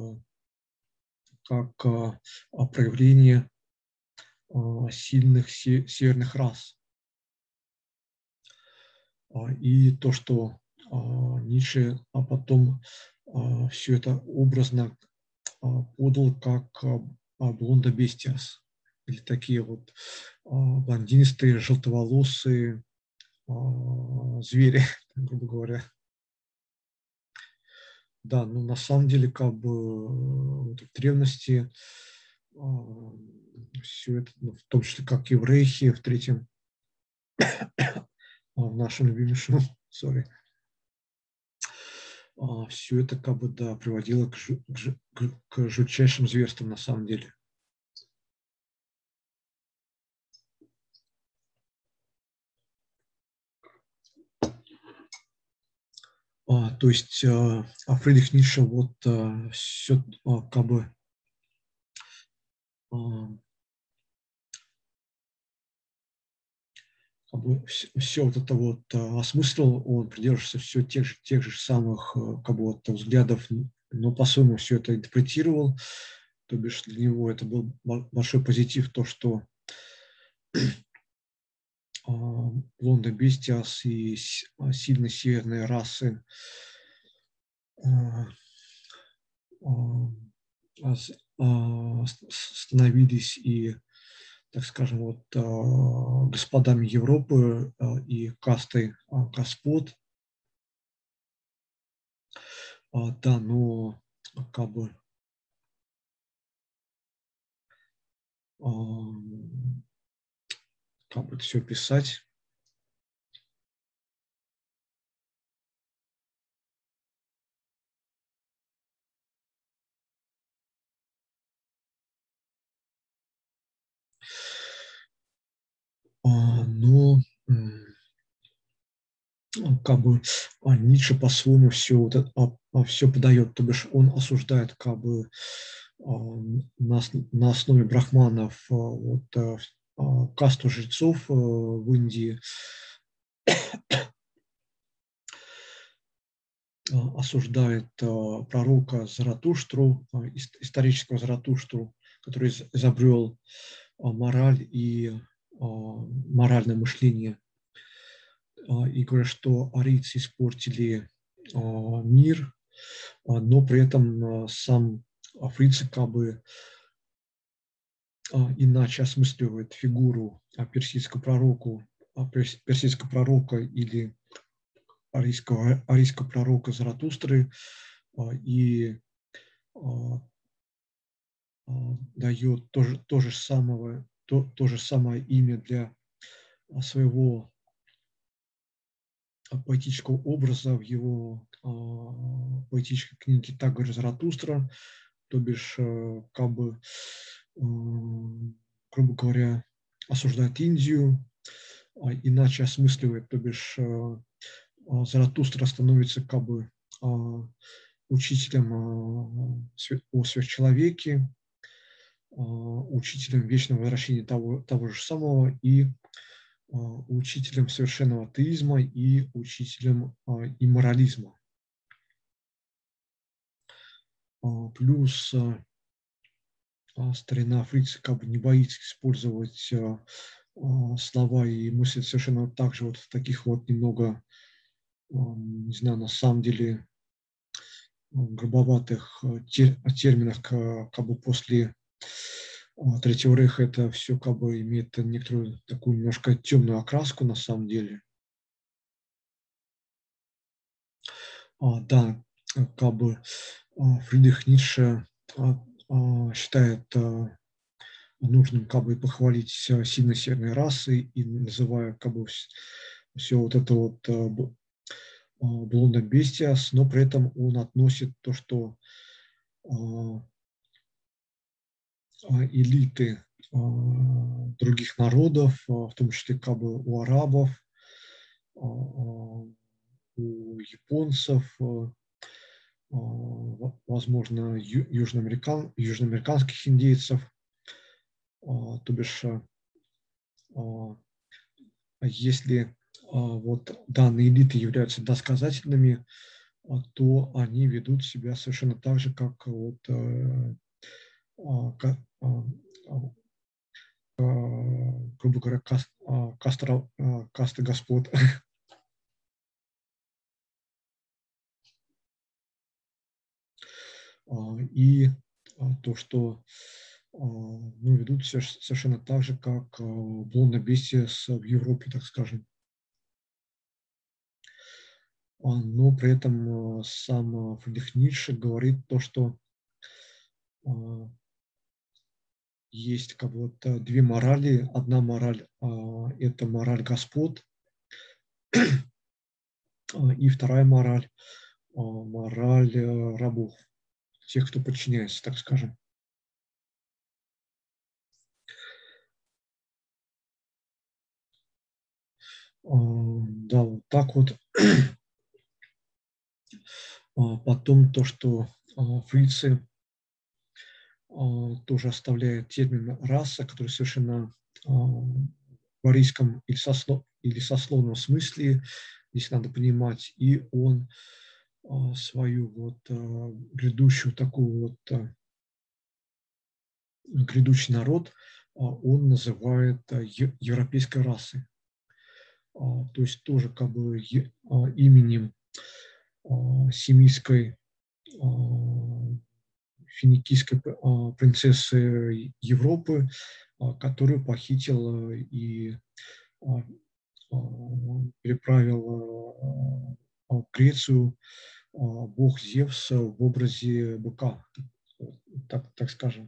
как проявление сильных северных рас. И то, что Ницше а потом все это образно подал как блонда бестиас, или такие вот блондинистые, желтоволосые звери, грубо говоря. Да, но на самом деле как бы в древности все это, в том числе как и в Рейхе, в третьем, в нашем любимейшем, sorry, все это как бы, да, приводило к, жу, к, к жутчайшим зверствам на самом деле. А, то есть а, Фридрих Ницше вот а, все а, как бы а, как бы все, все вот это вот а, осмыслил, он придерживался все тех же, тех же самых как бы вот взглядов, но по-своему все это интерпретировал. То бишь для него это был большой позитив, то, что блонда бестиас и сильно северные расы становились и, так скажем, вот господами Европы и кастой господ. Да, но как бы как бы это все писать. Но как бы Ницше по-своему все, вот это, все подает, то бишь он осуждает как бы на, на основе брахманов вот, касту жрецов в Индии, осуждает пророка Заратуштру, исторического Заратуштру, который изобрел мораль и моральное мышление, и говорят, что арийцы испортили мир, но при этом сам Фридрих как бы иначе осмысливает фигуру персидского пророка, персидского пророка или арийского, арийского пророка Заратустры и дает то же, то же, самое, то, то же самое имя для своего поэтического образа в его э, поэтической книге «Тагор Заратустра», то бишь, э, как бы, э, грубо говоря, осуждает Индию, э, иначе осмысливает, то бишь, э, Заратустра становится как бы э, учителем э, о сверхчеловеке, э, учителем вечного возвращения того, того же самого и учителем совершенного атеизма и учителем имморализма. Плюс старина фрица как бы не боится использовать слова и мыслить совершенно так же вот в таких вот немного, не знаю, на самом деле грубоватых терминах, как бы после Третьего Рейха это все как бы имеет некоторую такую немножко темную окраску на самом деле. А, да, как бы Фридрих Ницше считает нужным как бы похвалить сильно северные расы и называя как бы все вот это вот блондом бестиас, но при этом он относит то, что элиты других народов, в том числе как бы у арабов, у японцев, возможно, южноамерикан, южноамериканских индейцев, то бишь, если вот данные элиты являются досказательными, то они ведут себя совершенно так же, как вот грубо говоря, каст, кастра, касты господ. И то, что ну, ведут себя совершенно так же, как блондобестиас в Европе, так скажем. Но при этом сам Фридрих Ницше говорит то, что есть как бы вот две морали. Одна мораль – это мораль господ, и вторая мораль – мораль рабов, тех, кто подчиняется, так скажем. Да, вот так вот. Потом то, что фрицы тоже оставляет термин раса, который совершенно в арийском или, сослов, или сословном смысле здесь надо понимать, и он свою вот грядущую такую вот грядущий народ он называет европейской расой. То есть тоже как бы именем семитской финикийской принцессы Европы, которую похитил и переправил в Грецию бог Зевс в образе быка, так, так скажем.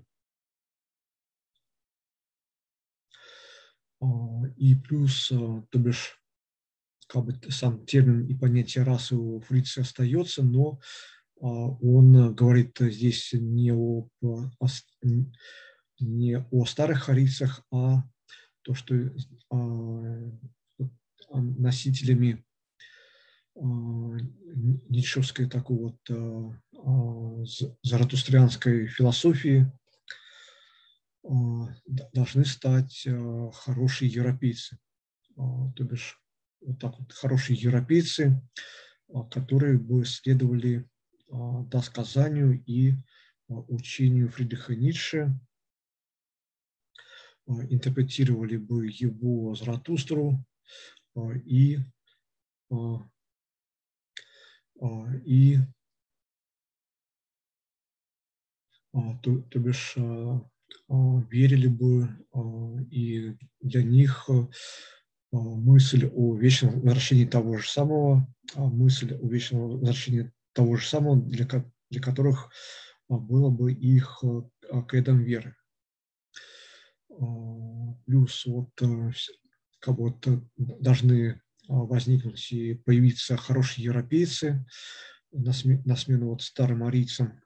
И плюс, то бишь, как бы сам термин и понятие расы у фрица остается, но он говорит здесь не о, не о старых арийцах, а то, что носителями ницшевской такой вот заратустрианской философии должны стать хорошие европейцы. То бишь, вот так вот, хорошие европейцы, которые бы следовали досказанию и учению Фридриха Ницше, интерпретировали бы его Заратустру и, и то, то бишь верили бы, и для них мысль о вечном возвращении того же самого, мысль о вечном возвращении того же самого, для, для которых было бы их кредом веры. Плюс вот как вот должны возникнуть и появиться хорошие европейцы на смену, на смену вот старым арийцам.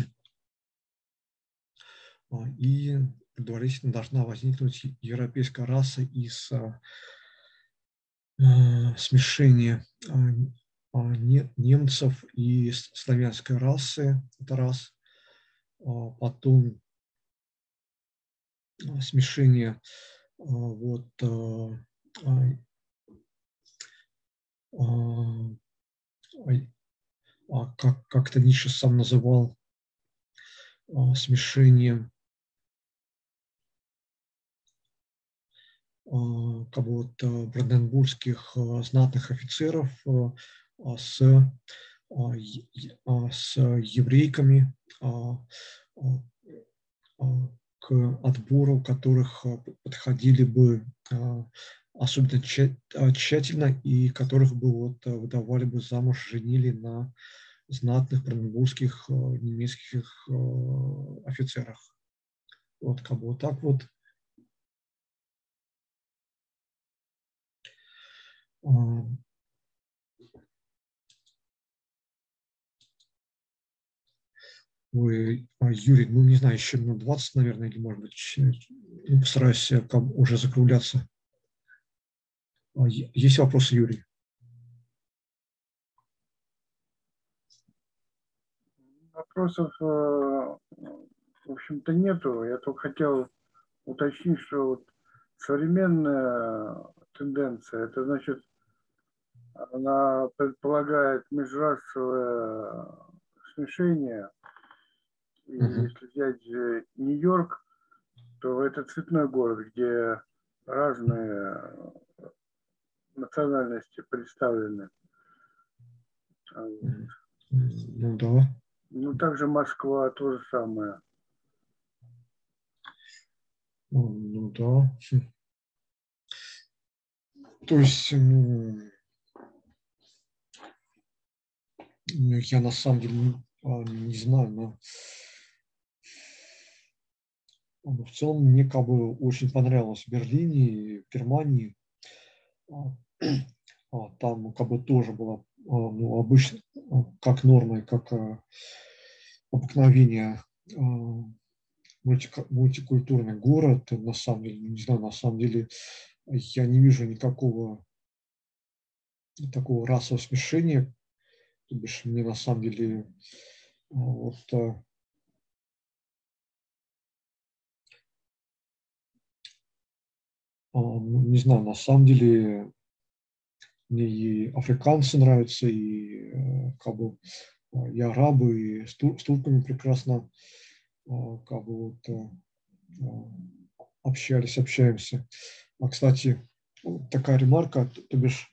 И предварительно должна возникнуть европейская раса из смешения немцев и славянской расы. Это раз. Потом смешение вот как как-то Ницше сам называл смешение как бы вот бранденбургских знатных офицеров с, с еврейками, к отбору которых подходили бы особенно тщательно и которых бы вот выдавали бы замуж, женили на знатных бранденбургских немецких офицерах. Вот как бы вот так вот. Ой, Юрий, ну не знаю, еще минут двадцать, наверное, или может быть, ну, постараюсь уже закругляться. Есть вопросы, Юрий? Вопросов, в общем-то, нету. Я только хотел уточнить, что вот современная тенденция, это значит, она предполагает межрасовое смешение. И Uh-huh. если взять Нью-Йорк, то это цветной город, где разные национальности представлены. Ну да. Ну, также Москва то же самое. Ну да. То есть, ну, я на самом деле не, не знаю, но, но в целом мне как бы очень понравилось в Берлине, в Германии. Там как бы тоже было, ну, обычно, как норма, как обыкновение, мультикультурный город. На самом деле, не знаю, на самом деле я не вижу никакого такого расового смешения. То бишь мне на самом деле вот не знаю, на самом деле мне и африканцы нравятся, и как бы и арабы, и с, тур, с турками прекрасно как бы вот общались, общаемся. А, кстати, такая ремарка, то бишь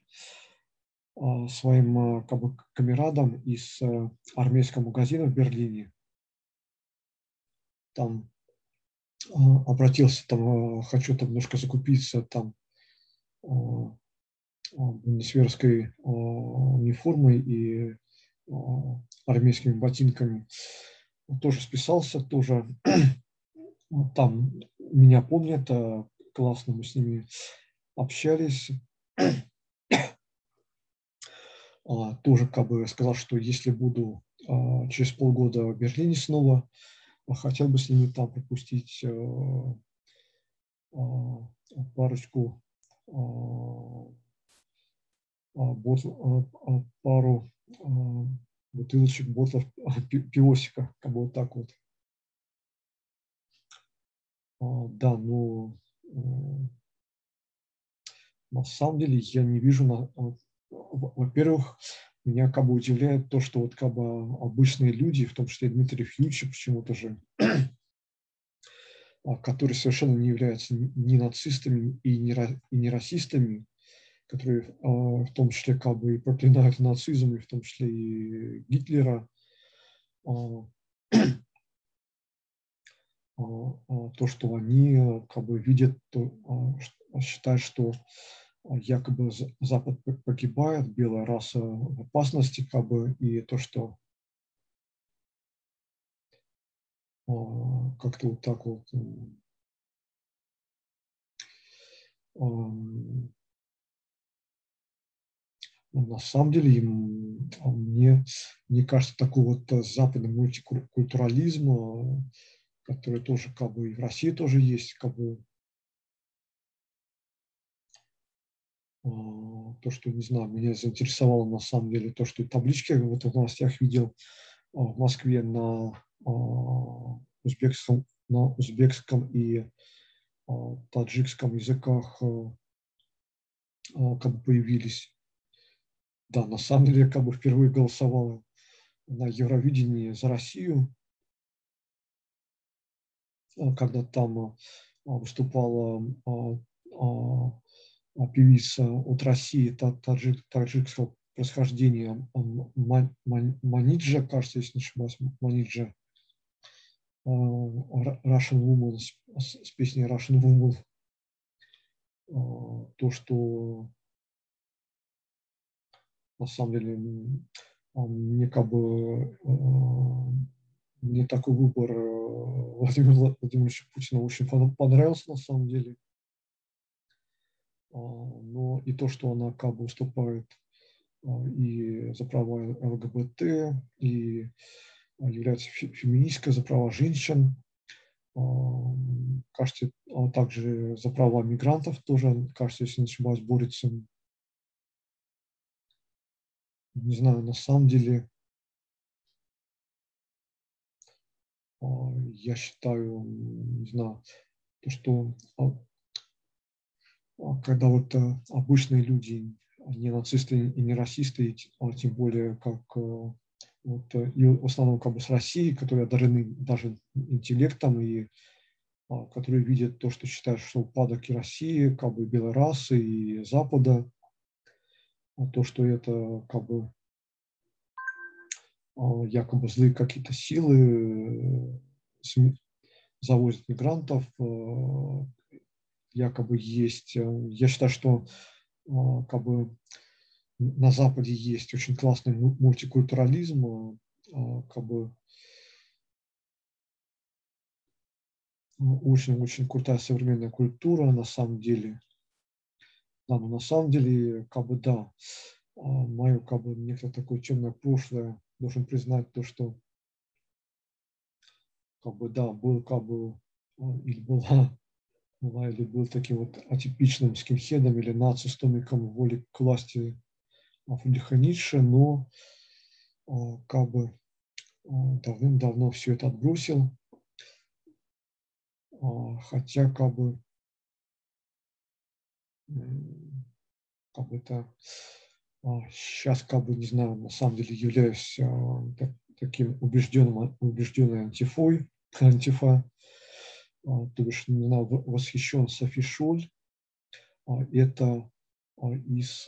своим как бы камерадам из армейского магазина в Берлине, там обратился, там хочу там немножко закупиться там бундесверской униформой и армейскими ботинками. Тоже списался, тоже там меня помнят, классно мы с ними общались. Тоже как бы сказал, что если буду через полгода в Берлине снова, хотел бы с ними там пропустить парочку, пару бутылочек, ботлов пивосика, как бы вот так вот. Да, но на самом деле я не вижу, во-первых, меня как бы удивляет то, что вот как бы обычные люди, в том числе Дмитрий Фьючи почему-то же, которые совершенно не являются ни нацистами и не, и не расистами, которые в том числе как бы и проклинают нацизм, и в том числе и Гитлера, то, что они как бы видят, считают, что якобы Запад погибает, белая раса в опасности, как бы, и то, что как-то вот так вот на самом деле мне, мне кажется, такой вот западный мультикультурализм, который тоже как бы и в России тоже есть, как бы то, что, не знаю, меня заинтересовало на самом деле, то, что и таблички вот в новостях видел в Москве на узбекском, на узбекском и таджикском языках как бы появились. Да, на самом деле я как бы впервые голосовал на Евровидении за Россию. когда там выступала певица от России, таджик, таджикского происхождения, Маниджа, кажется, если не ошибаюсь, Маниджа, Russian Woman, с песней Russian Woman, то, что на самом деле мне как бы мне такой выбор Владимира Владимировича Путина очень понравился на самом деле. Но и то, что она как бы выступает и за права ЛГБТ, и является феминисткой за права женщин, кажется, также за права мигрантов тоже, кажется, если не ошибаюсь, борется. Не знаю, на самом деле, я считаю, не знаю, то, что когда вот обычные люди, не нацисты и не расисты, тем более как вот, и в основном как бы с Россией, которые одарены даже интеллектом и которые видят то, что считают, что упадок и России, как бы белой расы и Запада, то, что это как бы якобы злые какие-то силы завозят мигрантов, якобы есть. Я считаю, что как бы на Западе есть очень классный мультикультурализм, как бы очень-очень крутая современная культура на самом деле. Да, но на самом деле, как бы да, мое как бы некоторое такое темное прошлое, должен признать то, что как бы да, был как бы или была, была или был таким вот атипичным скинхедом или нацистомиком воли к власти Фридриха Ницше, но как бы давным-давно все это отбросил, хотя как бы как бы это сейчас как бы не знаю, на самом деле являюсь таким убежденным, убежденной антифой, антифа, то бишь, не знаю, восхищен Софи Шоль. Это из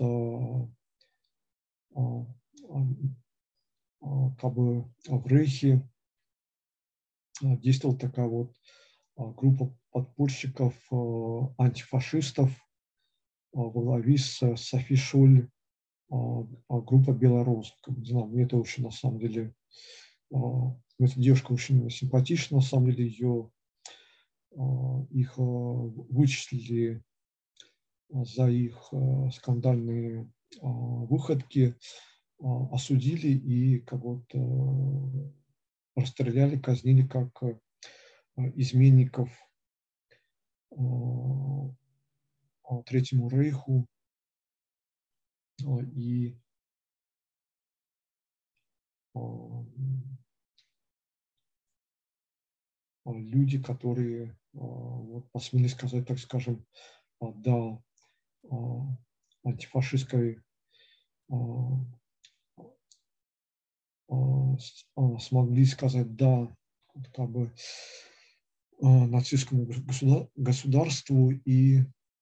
как бы в Рейхе действовала такая вот группа подпольщиков, антифашистов во главе с Софи Шоль, группа Белорус. Не знаю, мне это очень на самом деле, эта девушка очень симпатична, на самом деле ее их вычислили за их скандальные выходки, осудили и кого-то расстреляли, казнили как изменников Третьему Рейху. И люди, которые вот, посмели сказать, так скажем, да, антифашистской смогли сказать да как бы нацистскому государству и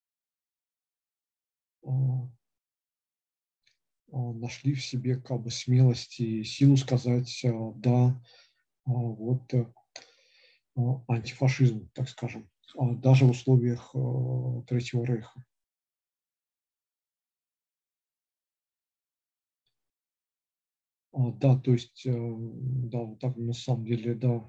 нашли в себе как бы смелость и силу сказать да вот антифашизму, так скажем, даже в условиях Третьего Рейха. Да, то есть, да, вот так на самом деле, да.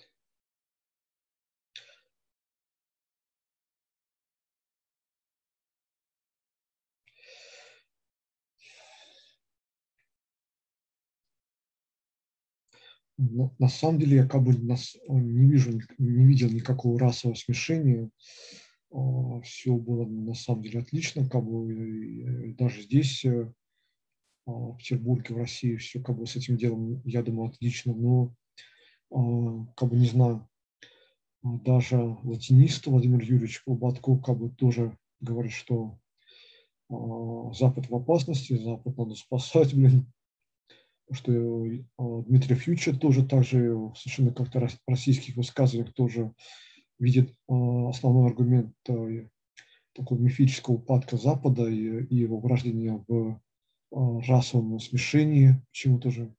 На, на самом деле я как бы нас, не вижу, не видел никакого расового смешения. Все было на самом деле отлично, как бы даже здесь, в Петербурге, в России, все как бы с этим делом, я думаю, отлично, но как бы не знаю, даже латинист Владимир Юрьевич Колбатков как бы тоже говорит, что Запад в опасности, Запад надо спасать, блин. Что Дмитрий Фьючер тоже так же совершенно как-то российских высказываниях тоже видит основной аргумент такого мифического упадка Запада и, и его врождения в расовом смешении, почему-то же,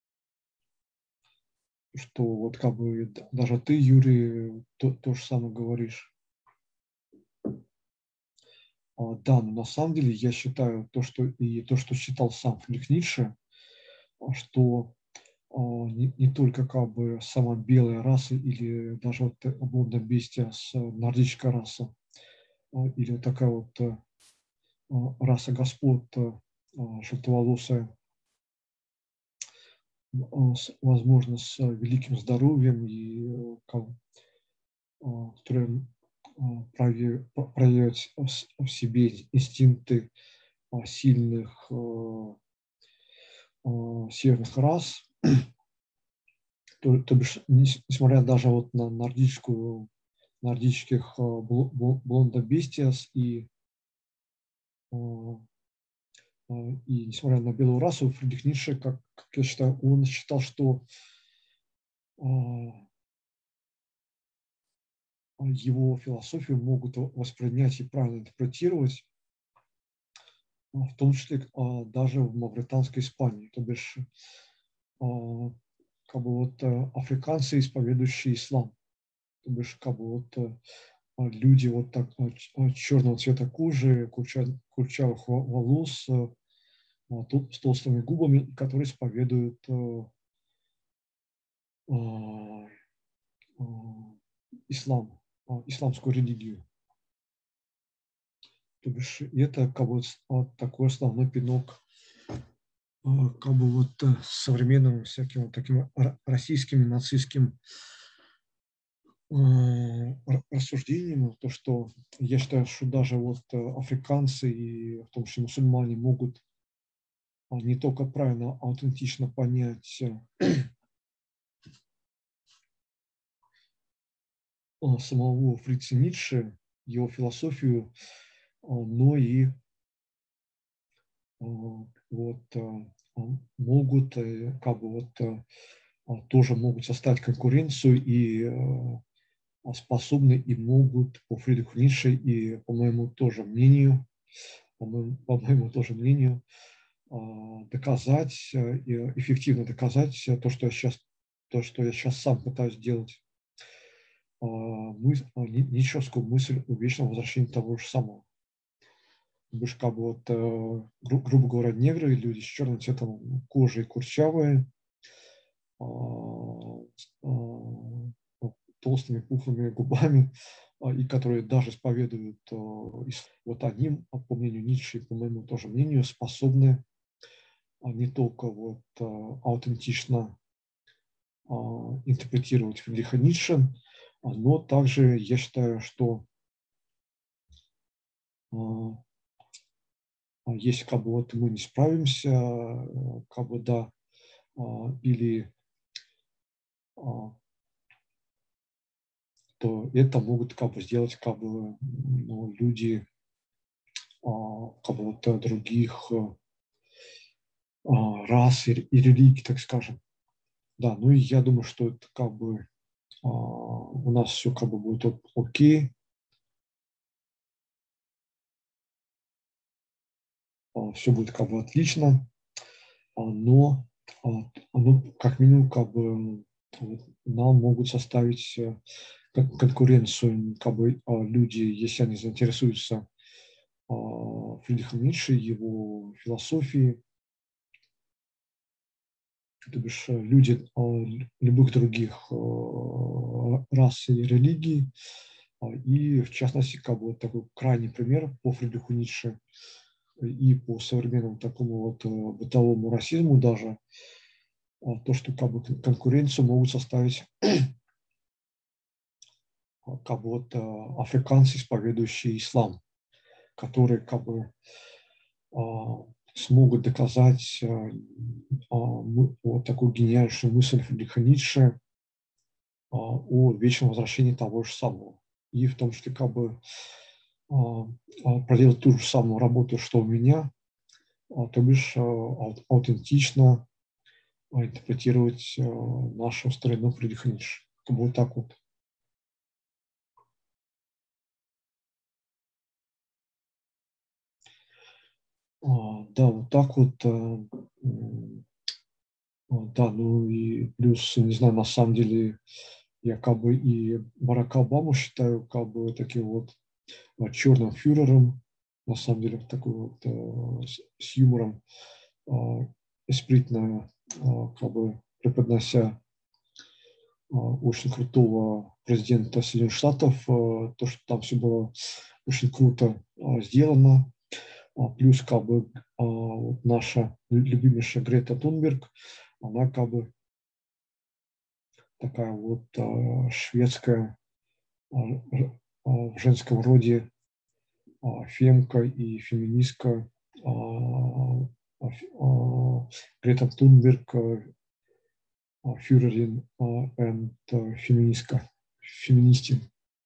что вот как бы даже ты, Юрий, то, то же самое говоришь. Да, но на самом деле я считаю то, что и то, что считал сам Фридрих Ницше, что не, не только как бы сама белая раса или даже вот блудная бестия с нордической расой, или вот такая вот раса господ желтоволосая, возможно, с великим здоровьем и которая проявляет в себе инстинкты сильных северных рас, то, то бишь, несмотря даже вот на нордическую, нордических блондобестиас и, и несмотря на белую расу, Фридрих Ницше, как, как я считаю, он считал, что его философию могут воспринять и правильно интерпретировать, в том числе даже в мавританской Испании. То бишь, как бы вот африканцы, исповедующие ислам. То бишь, как бы вот люди вот так черного цвета кожи, курчавых волос, с толстыми губами, которые исповедуют ислам, исламскую религию. То бишь, это как бы вот такой основной пинок как бы вот современным всяким вот таким российским, нацистским рассуждением, то, что я считаю, что даже вот африканцы и в том числе мусульмане могут не только правильно, а аутентично понять самого Фридриха Ницше, его философию, но и вот могут как бы вот тоже могут составить конкуренцию и способны и могут по Фридриху Ницше и по моему тоже мнению, по моему, по моему тоже мнению, доказать, эффективно доказать то, что я сейчас, то, что я сейчас сам пытаюсь делать. Ницшевскую мысль о вечном возвращении того же самого. Бишь, как бы вот, гру, грубо говоря, негры, люди с черным цветом кожи и курчавые, толстыми пухлыми губами, и которые даже исповедуют, вот они, по мнению Ницше и по моему тоже мнению, способны не только вот аутентично интерпретировать Фридриха Ницше, но также я считаю, что если как бы вот мы не справимся, как бы да, или то это могут как бы сделать как бы ну, люди как бы вот других рас и, и религий, так скажем. Да, ну и я думаю, что это как бы у нас все как бы будет окей. Все будет как бы отлично, но ну, как минимум как бы нам могут составить конкуренцию как бы люди, если они заинтересуются Фридрихом Ницше, его философией, то бишь люди любых других рас и религий, и в частности как бы вот такой крайний пример по Фридриху Ницше и по современному такому вот бытовому расизму даже, то, что как бы конкуренцию могут составить как бы вот африканцы, исповедующие ислам, которые как бы смогут доказать вот такую гениальную мысль Фридриха Ницше о вечном возвращении того же самого. И в том числе как бы проделать ту же самую работу, что у меня, то бишь аутентично интерпретировать нашу старину Фридриха Ницше. Как бы вот так вот. А, да, вот так вот. а, м, а, Да, ну и плюс, не знаю, на самом деле я как бы и Барака Обаму считаю как бы таким вот а, черным фюрером, на самом деле такой вот а, с, с юмором, а, эспритно, а, как бы преподнося а, очень крутого президента Соединенных Штатов, а, то, что там все было очень круто а, сделано. А, Плюс как бы а, вот наша любимейшая Грета Тунберг, она как бы такая вот а, шведская а, ж- а, в женском роде а, фемка и феминистка. а, а, ф- а, Грета Тунберг, а, а, фюрерин а, and а, феминистка, феминистин.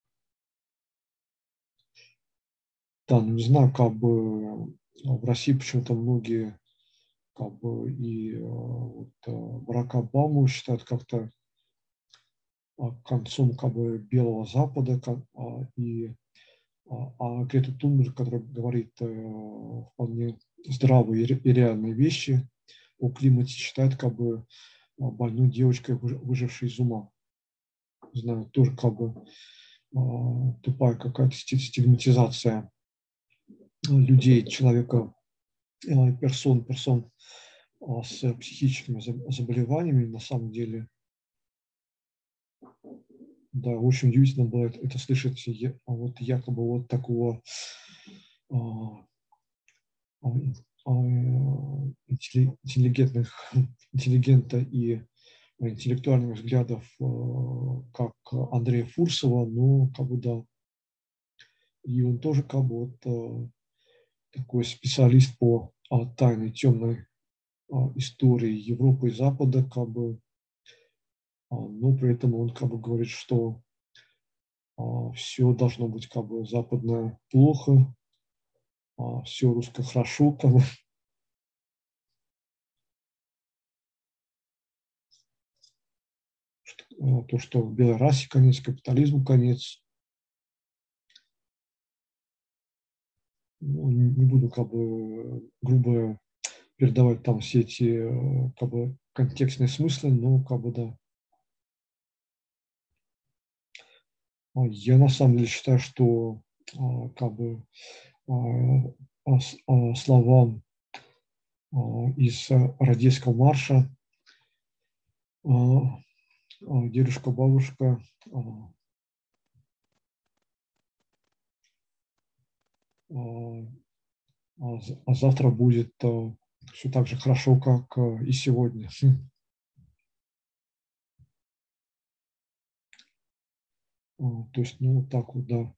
Да, ну не знаю, как бы в России почему-то многие как бы и а, вот, а, Барака Обаму считают как-то а, концом как бы Белого Запада, как, а, и а, а Грета Тунберг, которая говорит э, вполне здравые и ре- и реальные вещи о климате, считает как бы а, больной девочкой, выж- выжившей из ума. Не знаю, тоже как бы а, тупая какая-то сти- стигматизация людей, человека, э, персон, персон а, с психическими заб- заболеваниями. На самом деле, да, очень удивительно было это, это слышать, я- а вот якобы вот такого а, а, а, интелли- интеллигентных, интеллигента и интеллектуальных взглядов, э, как Андрея Фурсова, ну, как бы да, и он тоже как бы вот э, такой специалист по а, тайной, темной а, истории Европы и Запада, как бы, а, но при этом он как бы говорит, что все должно быть как бы западное плохо, все русское хорошо, как бы. Что, э, то, что в белой расе конец, капитализму конец. Ну, не не буду как бы грубо передавать там все эти э, как бы контекстные смыслы, но как бы да. А Я на самом деле считаю, что а, как бы а, а, с- а, слова а, из а, Радейского марша а, а, «Дедушка, бабушка, а, а, а з- а завтра будет все так же хорошо, как а, и сегодня». Хм. А, То есть, ну, вот так вот, да.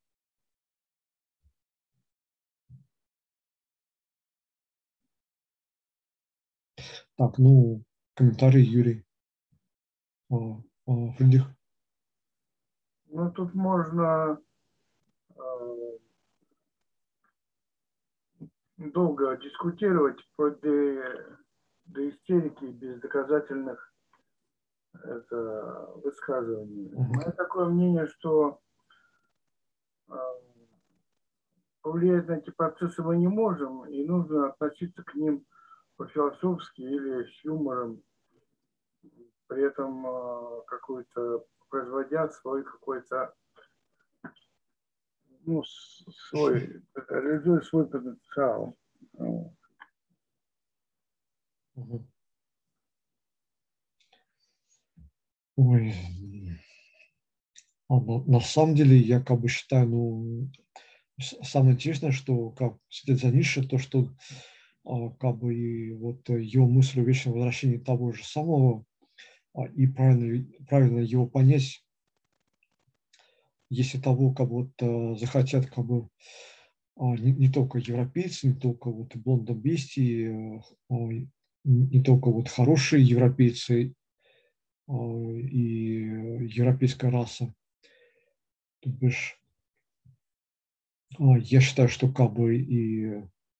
Так, ну, комментарий, Юрий. А, а, Фридрих. Ну, тут можно э, долго дискутировать вплоть до, до истерики без доказательных это, высказываний. У Ага. меня такое мнение, что э, повлиять на эти процессы мы не можем, и нужно относиться к ним по-философски или с юмором, при этом э, какой-то производя свой какой-то, ну, свой, реализуя свой потенциал. Ну, Ага. Ой, а на, на самом деле я как бы считаю, ну, с- самое интересное, что как вслед за Ницше, то, что а, как бы и вот его мысль о вечном возвращении того же самого, а, и правильно, правильно его понять, если того, как бы вот а, захотят как бы а, не, не только европейцы, не только вот блондо-бестии, а, не не только вот хорошие европейцы а, и европейская раса. То бишь, а, я считаю, что как бы и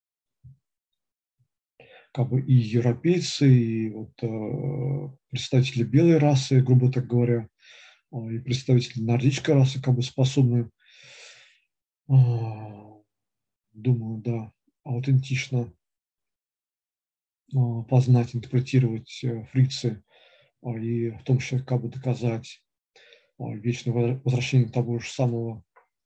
как бы и европейцы, и вот, э, представители белой расы, грубо так говоря, а, и представители нордической расы как бы способны, а, думаю, да, аутентично познать, интерпретировать фрицы, и в том числе как бы доказать вечное возвращение того же самого.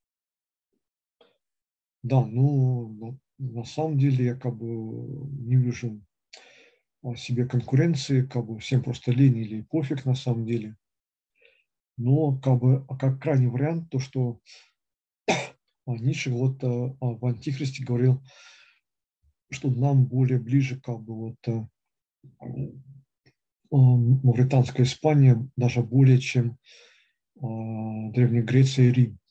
Да, ну, на, на самом деле я как бы не вижу себе конкуренции, как бы всем просто лень или пофиг на самом деле. Но как бы как крайний вариант, то, что Ницше вот в «Антихристе» говорил, что нам более ближе как бы вот Мавританская Испания, даже более, чем Древняя Греция и Рим.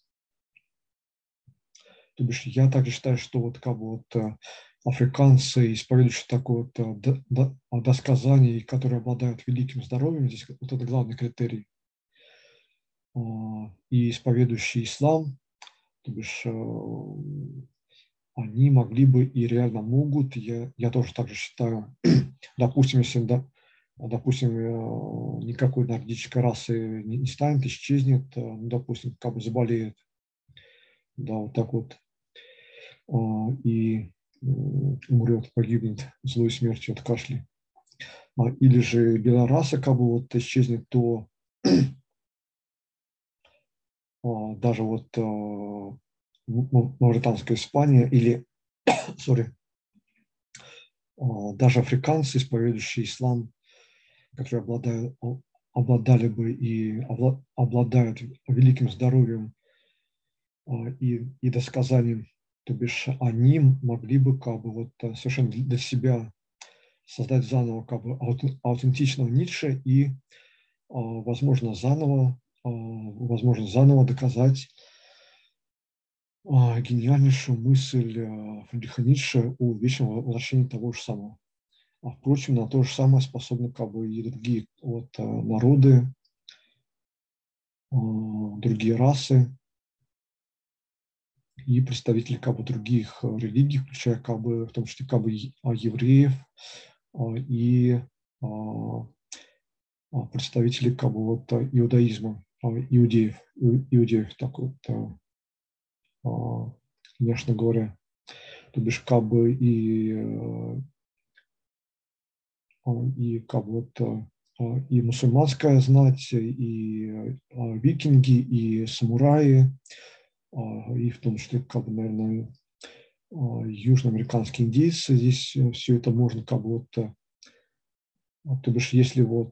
То бишь я также считаю, что вот как бы вот африканцы, исповедующие такое вот досказание, которые обладают великим здоровьем, здесь вот это главный критерий, и исповедующий ислам, то бишь они могли бы и реально могут, я, я тоже так же считаю, допустим, если, да, допустим, никакой нордической расы не, не станет, исчезнет, ну, допустим, как бы заболеет, да, вот так вот, и умрет, погибнет злой смертью от кашля. Или же белая раса как бы вот исчезнет, то даже вот Мавританская Испания или, sorry, даже африканцы, исповедующие ислам, которые обладают, обладали бы и обладают великим здоровьем и, и досказанием, то бишь они могли бы как бы вот совершенно для себя создать заново как бы аутентичного Ницше и, возможно, заново, возможно, заново доказать гениальнейшую мысль Фридриха Ницше о вечном возвращении того же самого. А впрочем, на то же самое способны как бы и другие вот, народы, другие расы и представители как бы других религий, включая как бы в том числе как бы евреев и представители как бы вот иудаизма, иудеев, иудеев так вот, конечно говоря, то бишь как бы и и как бы вот и мусульманская знать, и викинги, и самураи, и в том числе, как бы, наверное, южноамериканские индейцы. Здесь все это можно как бы вот, то бишь, если вот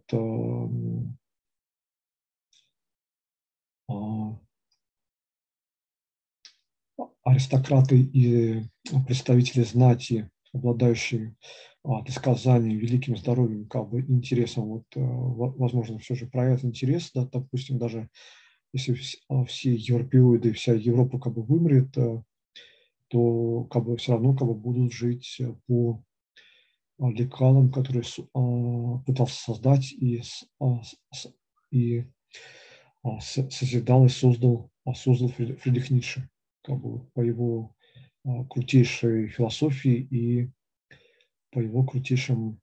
аристократы и представители знати, обладающие досказанием, великим здоровьем, как бы интересом, вот, возможно, все же проявят интерес, да, допустим, даже если все европеоиды, вся Европа как бы вымрет, то как бы все равно как бы будут жить по лекалам, которые пытался создать и, и созидал и создал, создал Фридрих Ницше, как бы по его крутейшей философии и по его крутейшим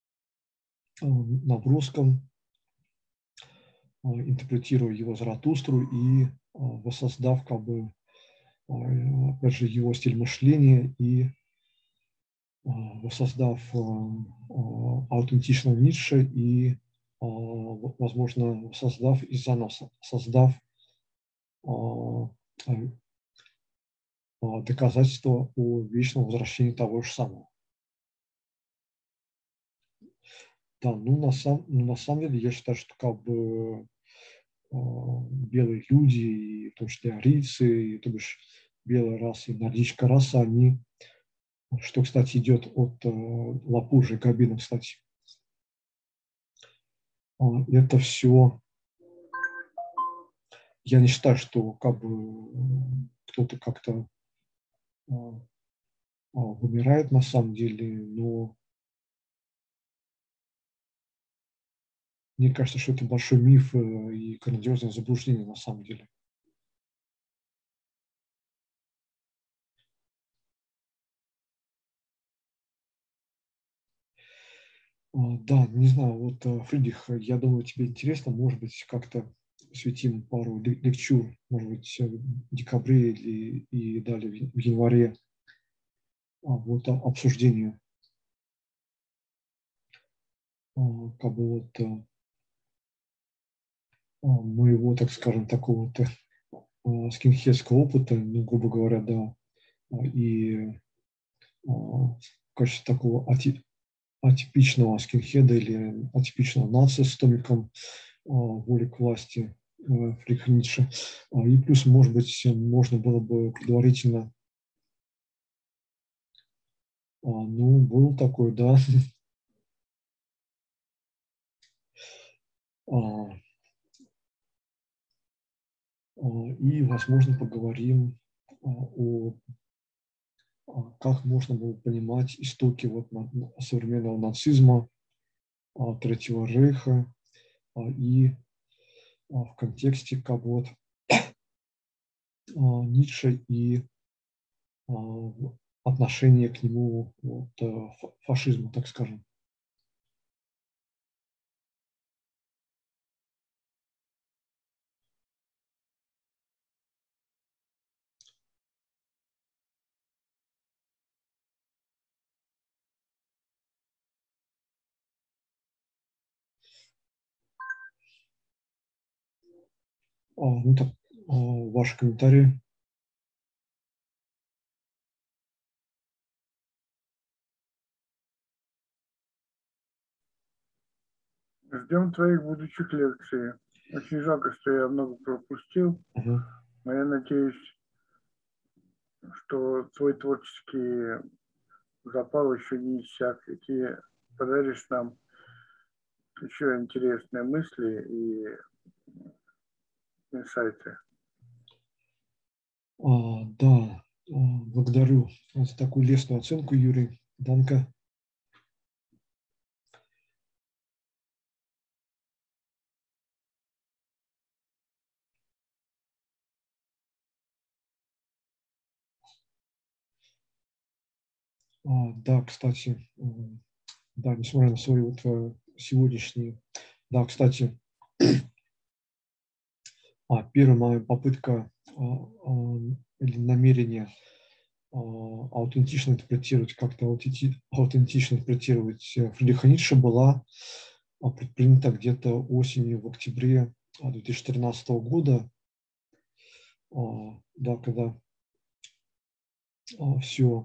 наброскам, интерпретируя его Заратустру и воссоздав как бы, опять же, его стиль мышления и воссоздав аутентичного Ницше и, возможно, создав и заново создав доказательства о вечном возвращении того же самого. Да, ну на, сам, ну на самом деле я считаю, что как бы э, белые люди, и в том числе арийцы, и, то бишь белая раса и нордическая раса, они, что, кстати, идет от э, Лапужи, Габина, кстати, э, это все, я не считаю, что как бы кто-то как-то э, вымирает на самом деле, но мне кажется, что это большой миф и грандиозное заблуждение на самом деле. Да, не знаю, вот, Фридрих, я думаю, тебе интересно, может быть, как-то посвятим пару лекчур, может быть, в декабре или и далее в январе, вот обсуждению как бы вот моего, так скажем, такого вот скинхедского опыта, ну, грубо говоря, да, и в качестве такого атипичного скинхеда или атипичного нации с томиком воли к власти Фридриха Ницше. И плюс, может быть, можно было бы предварительно, ну, был такой, да, и, возможно, поговорим о, как можно было понимать истоки вот современного нацизма, Третьего Рейха и в контексте как вот Ницше и отношение к нему вот, фашизма, так скажем. Ну так, ваши комментарии. Ждем твоих будущих лекций. Очень жалко, что я много пропустил, uh-huh. но я надеюсь, что твой творческий запал еще не иссяк, и ты подаришь нам еще интересные мысли и инсайты. А, да, благодарю за такую лестную оценку, Юрий. Данка. А, да, кстати, да, несмотря на свои вот сегодняшние, да, кстати, а, первая моя попытка а, а, или намерение а, аутентично интерпретировать, как-то аутентично интерпретировать Фридриха Ницше была предпринята где-то осенью, в октябре две тысячи тринадцатого года, а, да, когда а, все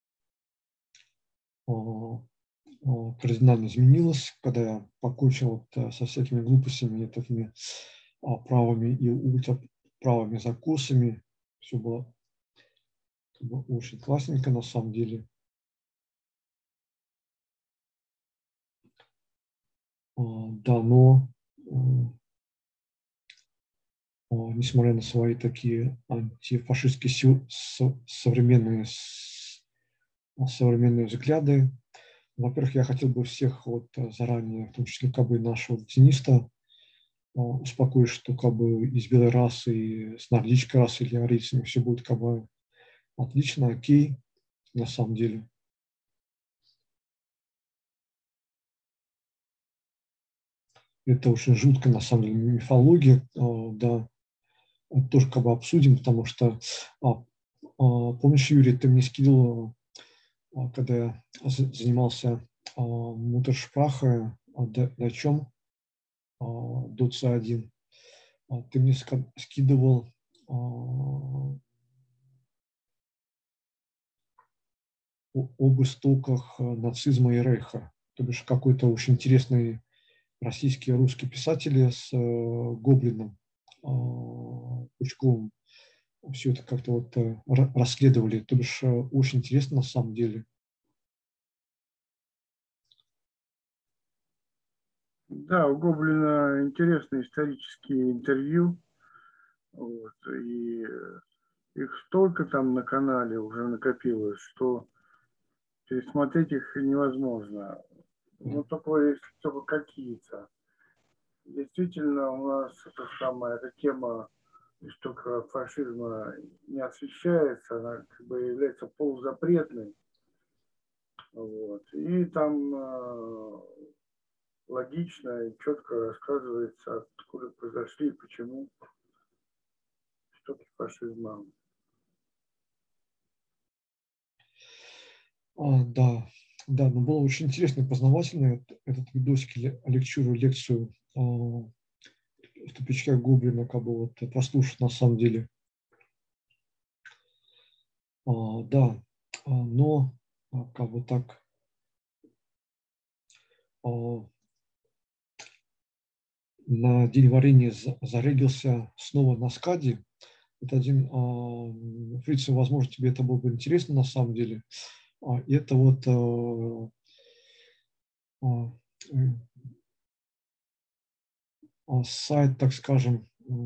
кардинально изменилось, когда я покончил вот со всякими глупостями, такими правыми и ультраправыми закосами. Все было, было очень классненько на самом деле. Да, но несмотря на свои такие антифашистские силы, современные, современные взгляды, во-первых, я хотел бы всех вот заранее, в том числе как бы нашего тениста, успокоить, что как бы из белой расы, и с нордической расы или арийцами все будет как бы отлично, окей, на самом деле. Это очень жутко, на самом деле, мифология, да, это тоже как бы обсудим, потому что, помнишь, Юрий, ты мне скидывал, когда я занимался Муттершпрахе, на чем, до С один, ты мне скидывал об истоках нацизма и рейха. То бишь какой-то очень интересный российский русский писатель с Гоблином, Пучковым. Все это как-то вот расследовали. То бишь очень интересно на самом деле. Да, у Гоблина интересные исторические интервью. Вот, и их столько там на канале уже накопилось, что пересмотреть их невозможно. Ну, только если только какие-то. Действительно, у нас эта самая эта тема истока фашизма не освещается, она как бы является полузапретной. Вот. И там э, логично и четко рассказывается, откуда произошли и почему истоки фашизма. А, да, Да, но было очень интересно и познавательно этот видосик, лекчуру, лекцию в тупичках Гоблина, как бы вот послушать на самом деле. А, да, но как бы так а, на день варенья зарегился снова на скаде. Это один, а, Фриц, возможно, тебе это было бы интересно на самом деле. А, это вот а, а, сайт, так скажем,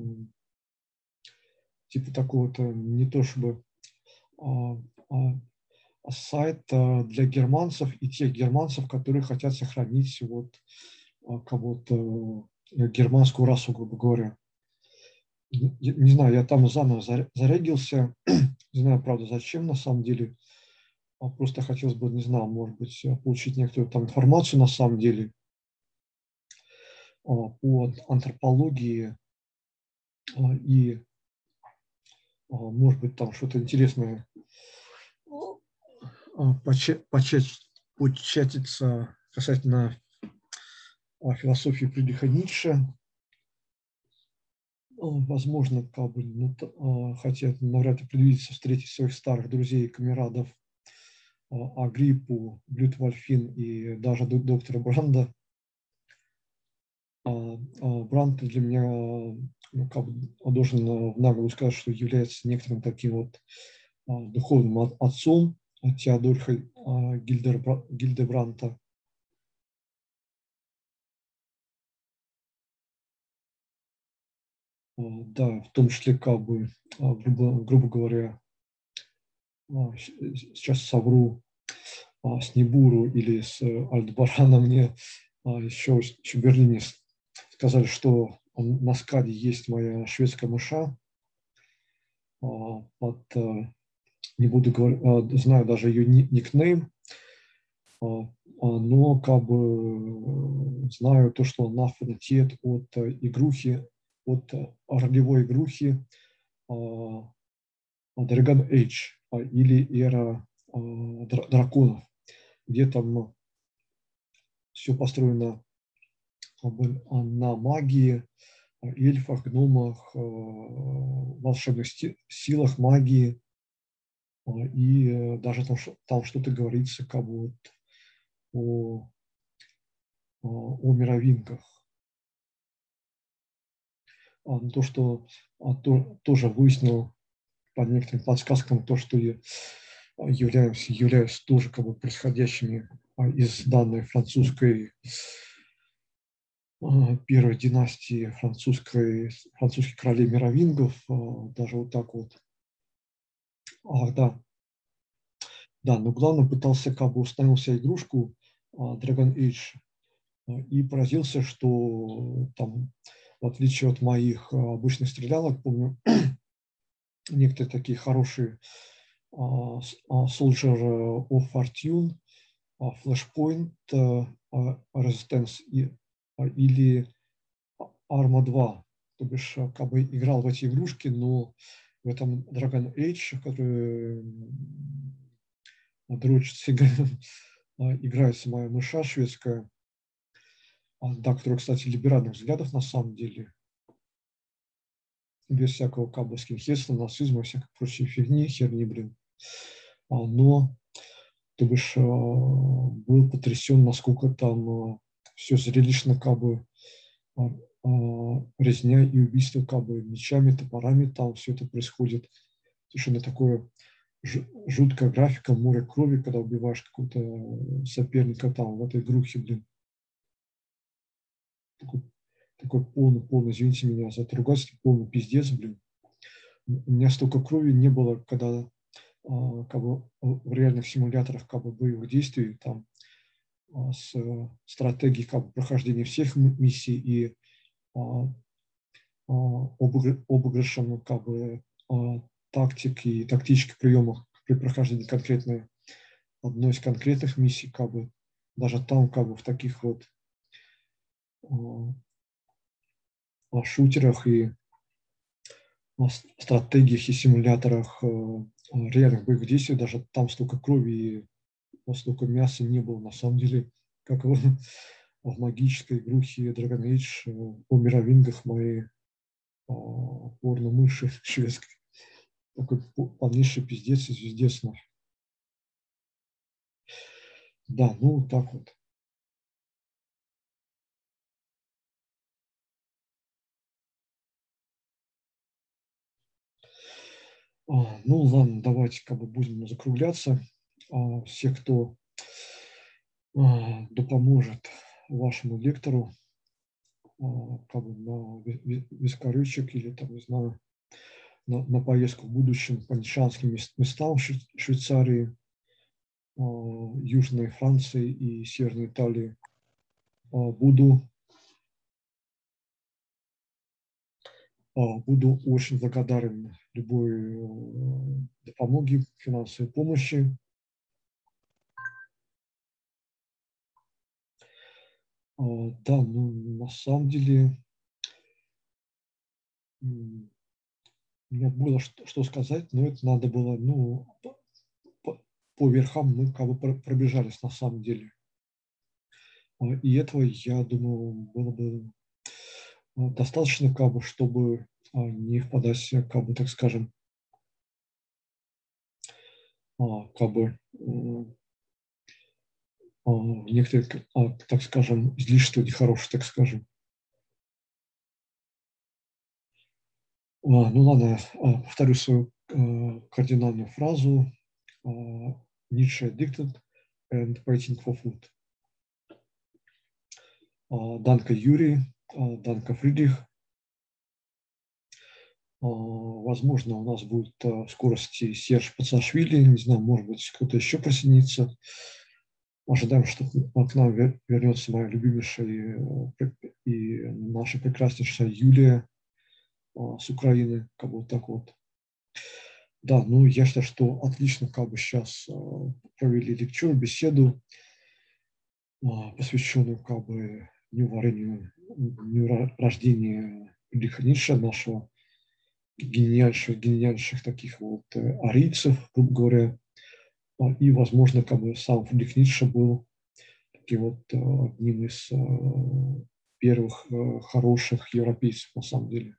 типа такого-то, не то чтобы а, а, сайт для германцев и тех германцев, которые хотят сохранить вот кого-то, германскую расу, грубо говоря. Не, не знаю, я там заново зарегился, не знаю, правда, зачем на самом деле. Просто хотелось бы, не знаю, может быть, получить некоторую там информацию на самом деле по антропологии и, может быть, там что-то интересное початиться касательно философии Фридриха Ницше. Возможно, как бы, ну, хотя навряд ли предвидится встретить своих старых друзей и камерадов Агриппу, Блютвольфин и даже доктора Бранда. Бранд для меня, ну, как бы, должен в наглую сказать, что является некоторым таким вот духовным отцом Теодора Гильдебранта. Да, в том числе, как бы, грубо, грубо говоря, сейчас совру, с Нибуру или с Альдебарана мне еще, еще в Берлине сказали, что на скаде есть моя шведская мыша. Под, не буду говорить, знаю даже ее никнейм, но как бы знаю то, что она фанатеет от игрухи, от ролевой игрухи Dragon Age или Эра драконов, где там все построено на магии, эльфах, гномах, волшебных силах магии, и даже там, там что-то говорится как бы вот о, о мировинках. То, что то, тоже выяснил по некоторым подсказкам, то, что я являюсь, являюсь тоже как бы происходящими из данной французской первой династии французской, французских королей мировингов, даже вот так вот. А, да. Да, но главное пытался как бы установил себе игрушку Dragon Age и поразился, что там, в отличие от моих обычных стрелялок, помню, некоторые такие хорошие Soldier of Fortune, Flashpoint, Resistance или Arma два. То бишь, как бы играл в эти игрушки, но в этом Dragon Age, который дрочится, играется моя мыша шведская, да, которая, кстати, либеральных взглядов на самом деле, без всякого как бы скинхедства, нацизма, всякой прочей фигни, херни, блин. Но, то бишь, был потрясен, насколько там все зрелищно, как бы, резня и убийство как бы мечами, топорами, там все это происходит. Совершенно такое жуткая графика, море крови, когда убиваешь какого-то соперника там в этой игрухе, блин. Такой, такой полный, полный, извините меня за это ругательство, полный пиздец, блин. У меня столько крови не было, когда как бы в реальных симуляторах как бы боевых действий, там с стратегией как бы прохождения всех миссий и обыгрышем как бы тактик и тактических приемов при прохождении конкретной одной из конкретных миссий, как бы даже там как бы в таких вот шутерах и стратегиях и симуляторах реальных боевых действий, даже там столько крови столько мяса не было. На самом деле, как в, в магической игрухе Dragon Age о мировингах моей порно-мыши шведской. Такой полнейший пиздец и звездец. Да, ну так вот. А, ну ладно, давайте как бы будем закругляться. А, все, кто а, да поможет вашему лектору а, как бы на вискарючек или там, не знаю, на, на поездку в будущем по нишанским местам в Швейцарии, а, Южной Франции и Северной Италии. А, буду Буду очень благодарен любой допомоги, финансовой помощи. Да, ну на самом деле у меня было что, что сказать, но это надо было, ну, по, по верхам мы как бы пробежались на самом деле. И этого, я думаю, было бы достаточно, как бы, чтобы не впадать, как бы, так скажем, как бы в некоторые, так скажем, излишества нехорошие, так скажем. Ну ладно, повторю свою кардинальную фразу. Nietzsche addicted and waiting for food. Данка Юрий, Данка Фридрих. Возможно, у нас будет в скорости Серж Пацашвили, не знаю, может быть, кто-то еще присоединится. Ожидаем, что к нам вернется моя любимейшая и наша прекраснейшая Юлия с Украины, как бы вот так вот. Да, ну я считаю, что отлично как бы сейчас провели лекцию, беседу, посвященную как бы дню варенью, дню рождения Фридриха Ницше, нашего гениальнейших, гениальнейших таких вот арийцев, грубо говоря. И, возможно, как бы сам Фридрих Ницше был таким вот одним из первых хороших европейцев на самом деле.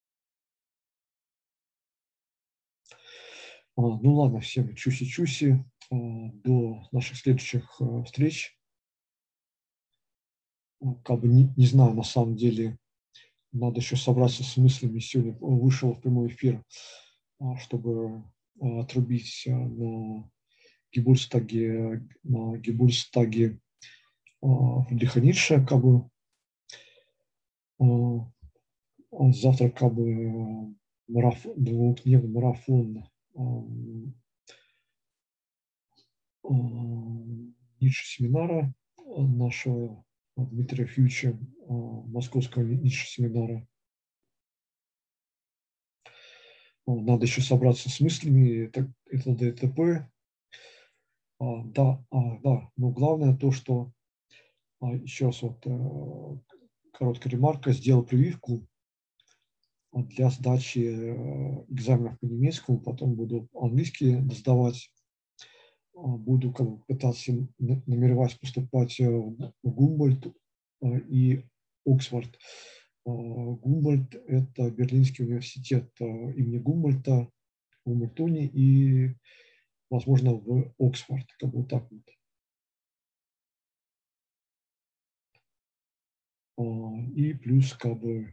Ну ладно, всем чуси-чуси. До наших следующих встреч. Как бы не, не знаю, на самом деле, надо еще собраться с мыслями. Сегодня вышел в прямой эфир, чтобы отрубить на Гебурстаге, на Гебурстаге Фридриха Ницше, как бы. Завтра как бы марафон, двухдневный марафон Ницше семинара нашего Дмитрия Фьюча, московского Ницше семинара. Надо еще собраться с мыслями, это, это ДТП. А, да, а, да, но главное то, что а, еще раз вот а, короткая ремарка, сделал прививку для сдачи экзаменов по немецкому, потом буду английский сдавать, буду как бы пытаться намереваюсь поступать в Гумбольдт и Оксфорд. Гумбольдт – это Берлинский университет имени Гумбольдта в Гумбольдтуне и, возможно, в Оксфорд, как бы вот так вот. И плюс как бы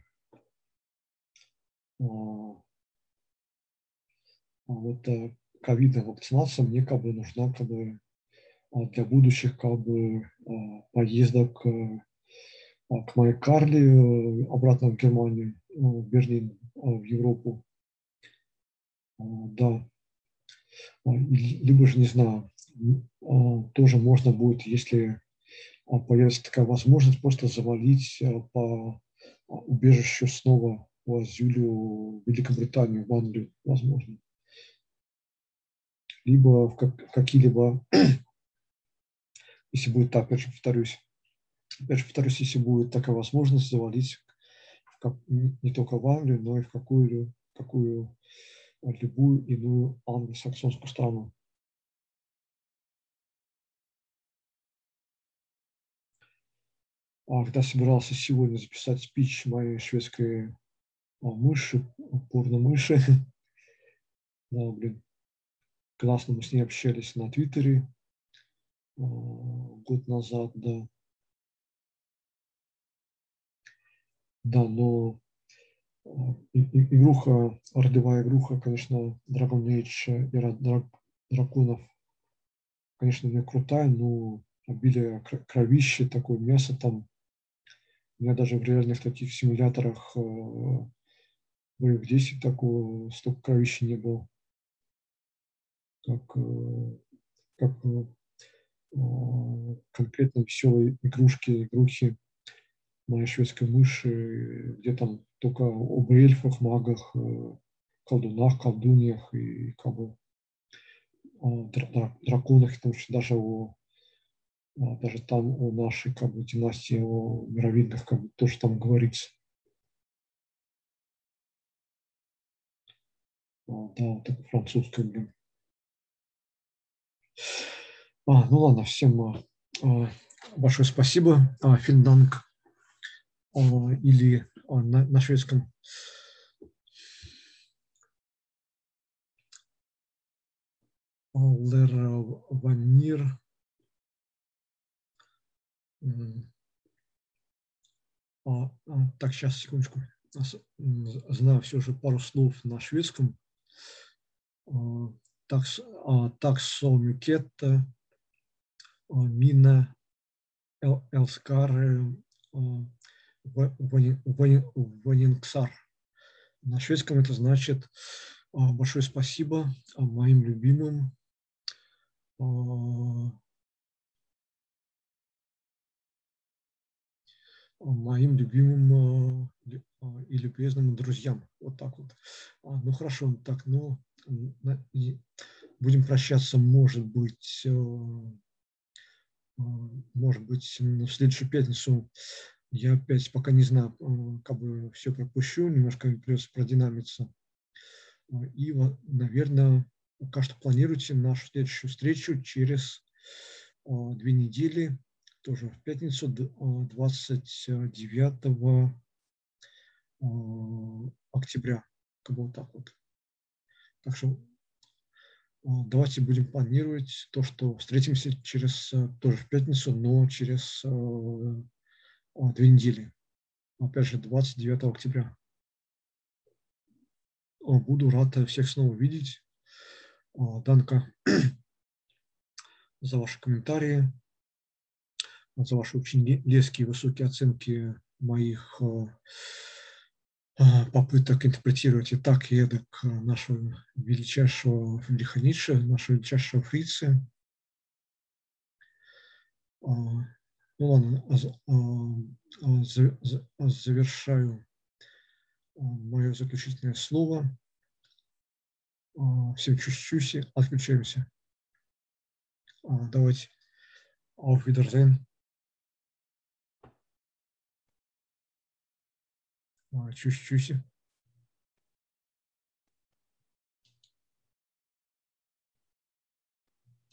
вот ковидная вакцинация мне как бы нужна как бы для будущих как бы поездок к моей Карли обратно в Германию, в Берлин, в Европу. Да. Либо же, не знаю, тоже можно будет, если появится такая возможность, просто завалить по убежищу снова в Азюлю, в Великобританию, в Англию, возможно. Либо в какие-либо, если будет так, опять же повторюсь, опять же повторюсь, если будет такая возможность завалить в, не только в Англию, но и в какую, какую любую иную англосаксонскую страну. Когда собирался сегодня записать спич моей шведской мыши, порно-мыши, да, блин, классно мы с ней общались на Твиттере год назад, да. Да, но игруха, ролевая игруха, конечно, Dragon Age, Эра драконов, конечно, не крутая, но обилие кровища, такое мясо там. У меня даже в реальных таких симуляторах в эф десять такого столько кровища не было, как, как конкретно веселые игрушки, игрухи моей шведской мыши, где там только об эльфах, магах, колдунах, колдуньях и как бы о драконах, потому что даже о даже там о нашей как бы династии, о мировидных как бы тоже там говорится. Да, вот это французское, блин. А, ну ладно, всем а, большое спасибо. А, Финданг а, или а, на, на шведском Лерванир. А, а, так, сейчас, секундочку. Знаю все же пару слов на шведском. А, такс, а, таксомюкетта, мина, элскар, ванингсар. На шведском это значит большое спасибо моим любимым моим любимым и любезным друзьям. Вот так вот. Ну хорошо, так, ну будем прощаться, может быть, может быть, в следующую пятницу. Я опять пока не знаю, как бы все пропущу, немножко придется продинамиться. И, наверное, пока что планируйте нашу следующую встречу через две недели, тоже в пятницу, двадцать девятого октября. Как бы вот так вот. Так что давайте будем планировать то, что встретимся через, тоже в пятницу, но через две недели. Опять же, двадцать девятого октября. Буду рад всех снова видеть. Данка за ваши комментарии, за ваши очень резкие высокие оценки моих попыток интерпретировать и так, и эдак нашего величайшего Фридриха Ницше, нашего величайшего фрица. Ну ладно, завершаю мое заключительное слово. Всем чуть-чуть, отключаемся. Давайте. Auf Wiedersehen. Чуть-чуть.